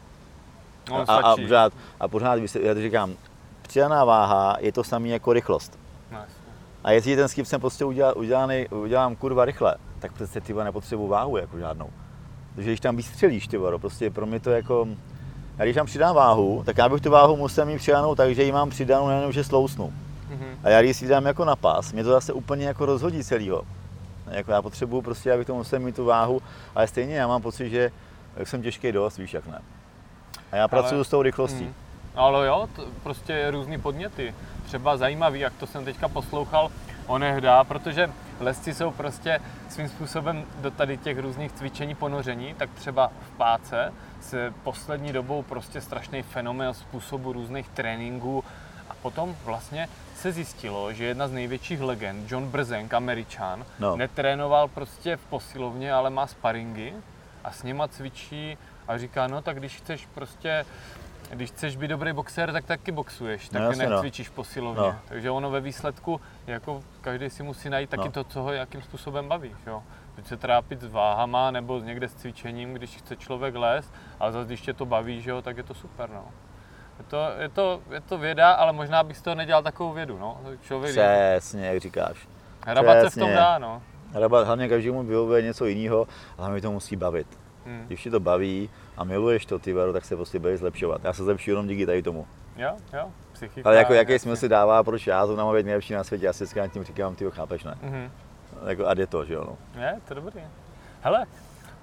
No, a, a, pořád, a pořád, já to říkám, přidaná váha je to samé jako rychlost. Nice. A jestli ten skip jsem prostě udělal, udělaný, udělám kurva rychle, tak přece ty nepotřebuji váhu jako žádnou. Takže když tam vystřelíš, ty vado, prostě pro mě to jako, já když tam přidám váhu, tak já bych tu váhu musel mít přidanou tak, že ji mám přidanou nejenom, že slousnu. Mm-hmm. A já když si dám jako na pás, mě to zase úplně jako rozhodí celýho. Jako já potřebuju prostě, abych to musel mít tu váhu, ale stejně já mám pocit, že jak jsem těžký dost, víš jak ne. A já pracuji ale, s tou rychlostí. Mm, ale jo, to prostě různý podněty. Třeba zajímavý, jak to jsem teďka poslouchal onehda, protože lesci jsou prostě svým způsobem do tady těch různých cvičení ponoření, tak třeba v páce se poslední dobou prostě strašný fenomén způsobu různých tréninků. A potom vlastně se zjistilo, že jedna z největších legend, John Brzenk, Američan, no. netrénoval prostě v posilovně, ale má sparingy a s nima cvičí a říká, no tak když chceš prostě, když chceš být dobrý boxer, tak taky boxuješ, tak no, necvičíš v posilovně. No. Takže ono ve výsledku, jako každý si musí najít taky no. to, co ho jakým způsobem baví. Jo? Teď se trápit s váhama nebo někde s cvičením, když chce člověk lézt, ale zase když tě to baví, že jo, tak je to super. No. Je to, je, to, je to věda, ale možná bys to nedělal takovou vědu, no. Člověk Přesně, jak říkáš. Hrabat se v tom dá, no. Hrabat, hlavně každému vyhovuje něco jiného, hlavně to musí bavit. Hmm. Když ti to baví a miluješ to, ty vado, tak se prostě budeš zlepšovat. Já se zlepšuju jenom díky tady tomu. Jo, jo, psychika. Ale jako jaký smysl dává, proč já to mám být nejlepší na světě, já si tím říkám, ty ho chápeš, ne? Mm-hmm. Jako a je to, že jo, no. Je, to dobrý. Hele,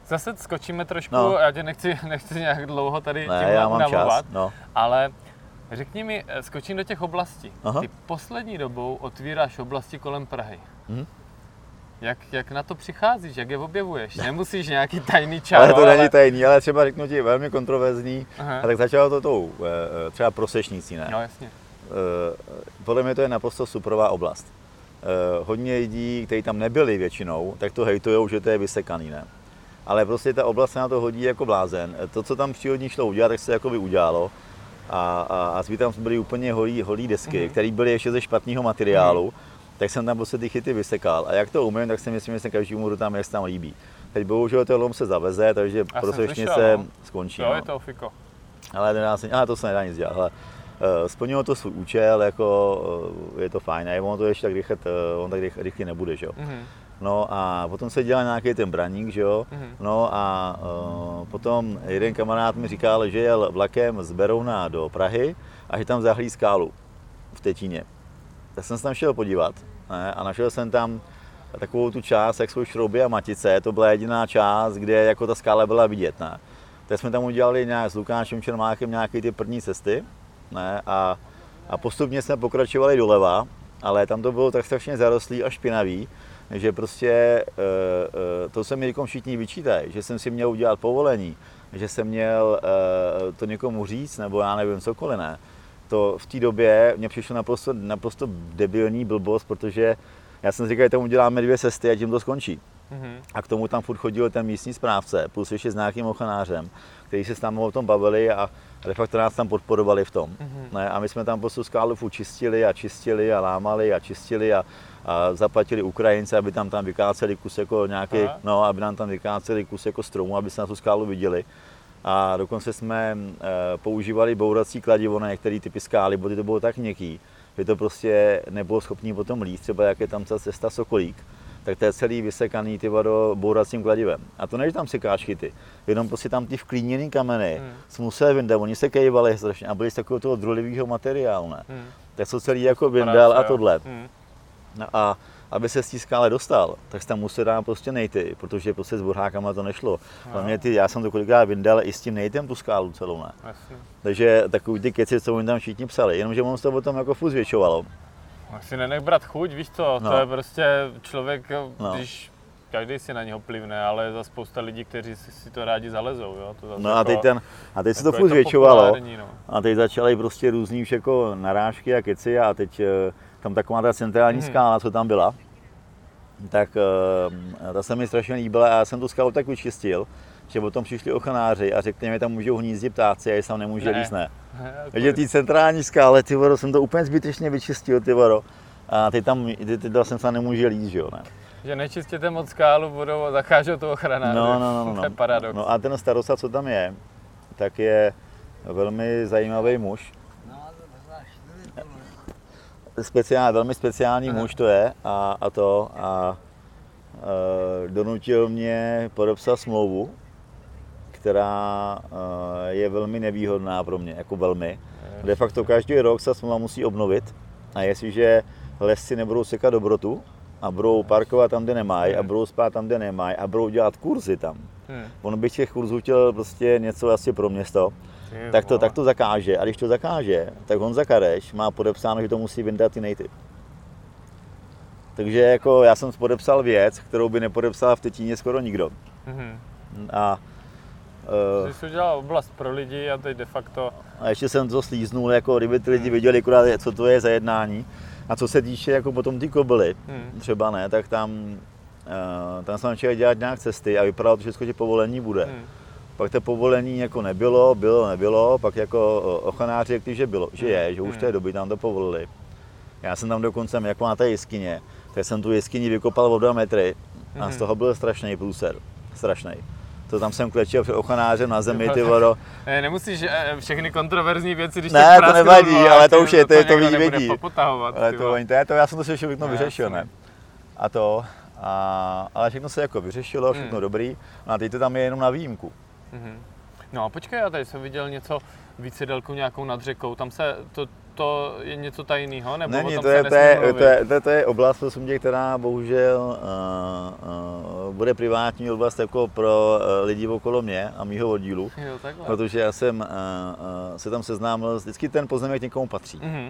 Zase skočíme trošku, no. já tě nechci, nechci nějak dlouho tady ne, tím já mám unavovat, čas, no. ale řekni mi, skočím do těch oblastí. Aha. Ty poslední dobou otvíráš oblasti kolem Prahy. Hmm. Jak, jak na to přicházíš, jak je objevuješ? Nemusíš nějaký tajný čaro, ale to není ale... tajný, ale třeba řeknu ti velmi kontroverzní. Aha. A tak začalo to tou třeba prosečnicí, ne? No jasně. Podle mě to je naprosto superová oblast. Hodně lidí, kteří tam nebyli většinou, tak to hejtujou, že to je vysekaný, ne? Ale prostě ta oblast se na to hodí jako blázen. To, co tam přírodní šlo udělat, tak se jakoby udělalo. A, a, a zbyt tam byly úplně holí, holí desky, mm-hmm. které byly ještě ze špatného materiálu. Mm-hmm. Tak jsem tam prostě ty chyty vysekal. A jak to umím, tak si myslím, že se každému, kdo tam je, tam líbí. Teď bohužel ten lom se zaveze, takže prosečně se skončí. Jo, no. je to ofiko. Ale nedá se, ale to se nedá nic dělat. Ale, uh, splnilo to svůj účel, jako uh, je to fajn. A ono to ještě tak rychle, uh, on tak rychle, rychle nebude, že jo. Mm-hmm. No a potom se dělal nějaký ten braník, že jo. Mm-hmm. No a uh, potom jeden kamarád mi říkal, že jel vlakem z Berouna do Prahy a že tam zahlí skálu v Tetíně. Tak jsem se tam šel podívat, ne, a našel jsem tam takovou tu část, jak jsou šrouby a matice, to byla jediná část, kde jako ta skála byla vidět, ne. Tak jsme tam udělali nějak s Lukášem Čermákem nějaké ty první cesty, ne, a, a postupně jsme pokračovali doleva, ale tam to bylo tak strašně zarostlý a špinavý, že prostě e, e, to se mi někom všichni vyčítají, že jsem si měl udělat povolení, že jsem měl e, to někomu říct, nebo já nevím, cokoliv, ne. To v té době mě přišlo naprosto, naprosto debilní blbost, protože já jsem říkal, že tam uděláme dvě cesty a tím to skončí. Mm-hmm. A k tomu tam furt chodil ten místní správce, plus ještě s nějakým ochranářem, který se s námi o tom bavili a de facto nás tam podporovali v tom. Mm-hmm. Ne? A my jsme tam prostě skálu furt čistili a čistili a lámali a čistili a, a zaplatili Ukrajince, aby tam tam vykáceli kus jako nějaký, Aha. no, aby nám tam vykáceli kus jako stromu, aby se na tu skálu viděli. A dokonce jsme e, používali bourací kladivo na některé typy skály, protože to bylo tak měkký, že to prostě nebylo schopné potom líst, třeba jak je tam ta cesta Sokolík, tak to je celý vysekaný ty vado bouracím kladivem. A to než tam sekáš chyty, jenom prostě tam ty vklíněný kameny hmm. jsme museli vyndat, oni se kejvali strašně a byli z takového toho drolivého materiálu, ne? Hmm. Tak jsou celý jako vyndal a tohle. Hmm. No a aby se z té skále dostal, tak se tam musel dát prostě nejty, protože prostě s burhákama to nešlo. Hlavně ty, já jsem to kolikrát vyndal i s tím nejtem tu skálu celou, ne? Jasně. Takže takový ty keci, co oni tam všichni psali, jenomže ono se to potom jako furt zvětšovalo. Tak si nenech brát chuť, víš co, no. To je prostě člověk, no. Když každý si na něho plivne, ale za spousta lidí, kteří si to rádi zalezou, jo. To no a teď, ten, a teď se to furt zvětšovalo no. A teď začaly prostě různý už jako narážky a keci a teď tam taková ta centrální hmm. skála, co tam byla, tak uh, ta se mi strašně líbila a já jsem tu skálu tak vyčistil, že potom přišli ochranáři a řekli mi, tam můžou hnízdit ptáci a jestli tam nemůže ne. líst, ne. Takže ty centrální skále, ty voro, jsem to úplně zbytečně vyčistil, ty voro, a ty tam, ty, ty jsem se nemůže líst, že jo, ne. Že nečistěte moc skálu, budou a zakážou to ochranáře, no, no, no, no, to je paradox. No a ten starosta, co tam je, tak je velmi zajímavý muž. Speciál, velmi speciální Aha. muž to je a, a to a e, donutil mě podepsat smlouvu, která e, je velmi nevýhodná pro mě, jako velmi. De facto každý rok se smlouva musí obnovit a jestliže lesci nebudou sekat dobrotu a budou parkovat tam, kde nemají a budou spát tam, kde nemají a budou dělat kurzy tam. Hmm. On by těch kurzů chtěl prostě něco asi pro město. Tak to, tak to zakáže a když to zakáže, tak Honza Kareš má podepsáno, že to musí vyndat ty nejty. Takže jako já jsem podepsal věc, kterou by nepodepsal v Tetíně skoro nikdo. Mm-hmm. A uh, jsi udělal oblast pro lidi a teď de facto... A ještě jsem to slíznul, jako kdyby ty lidi viděli, akorát, co to je za jednání. A co se týče jako potom ty kobily, mm. třeba ne, tak tam, uh, tam jsem začal dělat nějak cesty a vypadalo to, že všechno povolení bude. Mm. Pak to povolení jako nebylo, bylo, nebylo, pak jako ochranáři řekli, že bylo, že je, že už to je doby, tam to povolili. Já jsem tam dokonce, jako na té jeskyně, tak jsem tu jeskyni vykopal o dva metry a z toho byl strašný průser, strašný. To tam jsem klečel před ochranářem na zemi, ty vodo. Ne, nemusíš všechny kontroverzní věci, když ne, to nevadí, no, ale to už je, to, to, to ví, vědí. Ale to, to, je, to já jsem to všechno ne, vyřešil, ne? A to, a, ale všechno se jako vyřešilo, všechno hmm. dobrý, no a teď to tam je jenom na výjimku. Mm-hmm. No a počkej, já tady jsem viděl něco více délku nějakou nad řekou, tam se to to je něco tajného, nebo Není, o tom to se je, to, nesmí je, mluvit? to, je, to, je, to je oblast, prosím tě, která bohužel uh, uh, bude privátní oblast jako pro uh, lidi okolo mě a mýho oddílu, Jo, takhle. protože já jsem uh, uh, se tam seznámil, vždycky ten pozemek někomu patří. Mhm.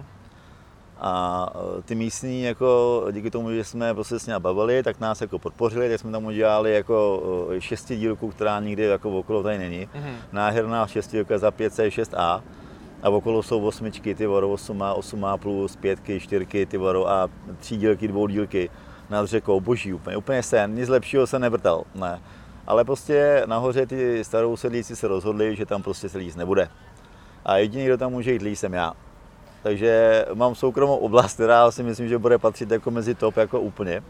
A ty místní, jako díky tomu, že jsme prostě s nimi bavili, tak nás jako podpořili, tak jsme tam udělali jako šestidílku, která nikdy jako okolo tady není. Mhm. Náherná šestidílka za pět C šest A. A okolo jsou osmičky, ty voro, osm A, osm A plus, pětky, čtyřky, ty voro a tří dílky, dvou dílky nad řekou, boží úplně, úplně sen, nic lepšího se nevrtal, ne. Ale prostě nahoře ty starou sedlíci se rozhodli, že tam prostě se líst nebude. A jediný, kdo tam může jít líst, jsem já. Takže mám soukromou oblast, která si myslím, že bude patřit jako mezi top jako úplně.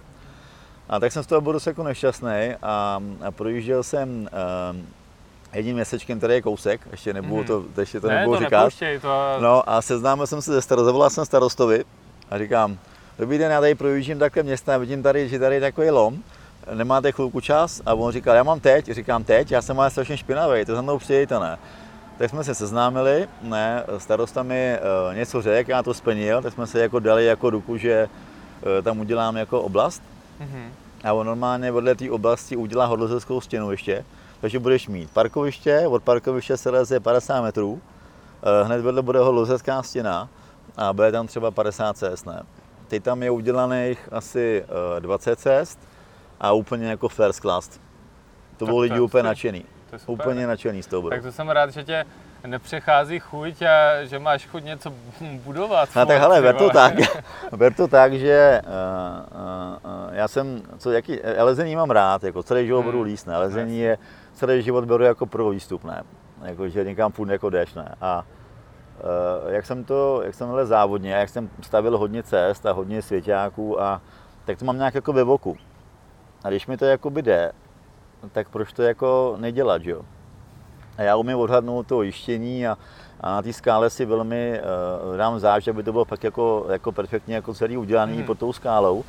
A tak jsem z toho byl dost jako nešťastný a, a projížděl jsem uh, jedním městečkem, který je kousek, ještě nebudu to, to, ještě to ne, nebudu to říkat. Nepouštěj, to... No a seznámil jsem se ze starostovi, zavolal jsem starostovi a říkám, dobrý den, já tady projíždím takhle města, vidím tady, že tady je takový lom, nemáte chvilku čas? A on říkal, já mám teď, říkám teď, já jsem ale strašně špinavý, to za mnou přijďte, ne. Tak jsme se seznámili, ne, starosta mi e, něco řekl, já to splnil, tak jsme se jako dali jako ruku, že e, tam udělám jako oblast. Mm-hmm. A on normálně vedle té oblasti udělá hodnozelskou stěnu ještě, takže budeš mít parkoviště, od parkoviště se leze padesát metrů, e, hned vedle bude hodnozelská stěna a bude tam třeba padesát cest, ne. Teď tam je udělaných asi e, dvacet cest a úplně jako first class. To budou lidi úplně nadšený. Úplně nadšený z toho budou. Tak to jsem rád, že tě nepřechází chuť a že máš chuť něco budovat. No tak hele, ber to tak, ber to tak, že uh, uh, uh, já jsem, co, jaký, lezení mám rád, jako celý život hmm. budu líst, ne, lezení je, celý život beru jako prvovýstup, ne, jako, že někam půjdu jako jdeš, ne, a uh, jak jsem to, jak jsem lez závodně, jak jsem stavil hodně cest a hodně svěťáků a tak to mám nějak jako ve voku. A když mi to jakoby jde, tak proč to jako nedělat, že jo? A já umím odhadnout to jištění a, a na té skále si velmi uh, dám záž, aby to bylo pak jako, jako perfektně jako celý udělaný mm. pod tou skálou.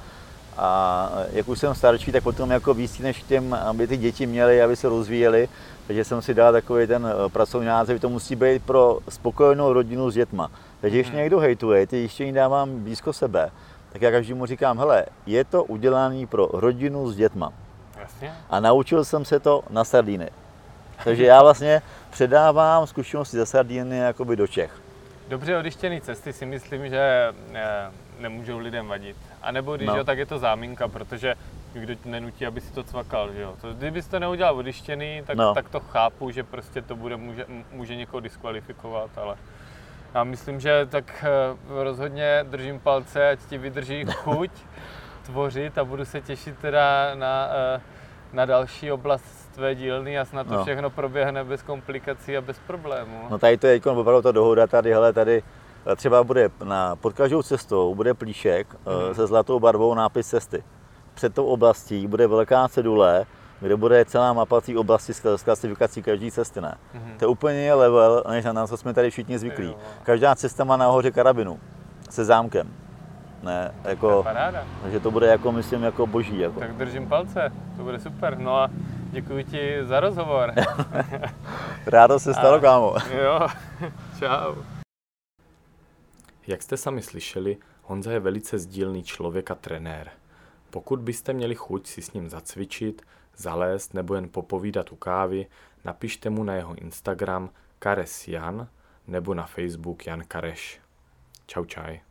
A jak už jsem starší, tak potom jako víc než těm, aby ty děti měly, aby se rozvíjely. Takže jsem si dal takový ten uh, pracovní název, že to musí být pro spokojenou rodinu s dětma. Takže když mm. někdo hejtuje, ty jištění dávám blízko sebe, tak já každému říkám, hele, je to udělaný pro rodinu s dětma. Jasně. A naučil jsem se to na sardíny. Takže já vlastně předávám zkušenosti ze sardíny jakoby do Čech. Dobře odyštěné cesty si myslím, že nemůžou lidem vadit. A nebo když no. jo, tak je to záminka, protože nikdo nenutí, aby si to cvakal, že jo. To, kdybys to neudělal odyštěný, tak, no. tak to chápu, že prostě to bude, může, může někoho diskvalifikovat, ale já myslím, že tak rozhodně držím palce, ať ti vydrží chuť tvořit a budu se těšit teda na, na další oblast tvé dílny a snad to no. všechno proběhne bez komplikací a bez problémů. No tady to je opravdu ta dohoda, tady, hele, tady třeba bude na, pod každou cestou bude plíšek mm. se zlatou barvou nápis cesty. Před tou oblastí bude velká cedule, kde bude celá mapa té oblasti s klasifikací každé cesty, ne. Mm. To je úplně level, než na co jsme tady všichni zvyklí. Každá cesta má nahoře karabinu se zámkem. Ne, jako, takže to bude jako, myslím, jako boží. Jako. Tak držím palce, to bude super. No a děkuji ti za rozhovor. Rádo se stalo, a, kámo. Jo, čau. Jak jste sami slyšeli, Honza je velice sdílný člověk a trenér. Pokud byste měli chuť si s ním zacvičit, zalézt nebo jen popovídat u kávy, napište mu na jeho Instagram Kares Jan nebo na Facebook Jan Kareš. Čau čaj.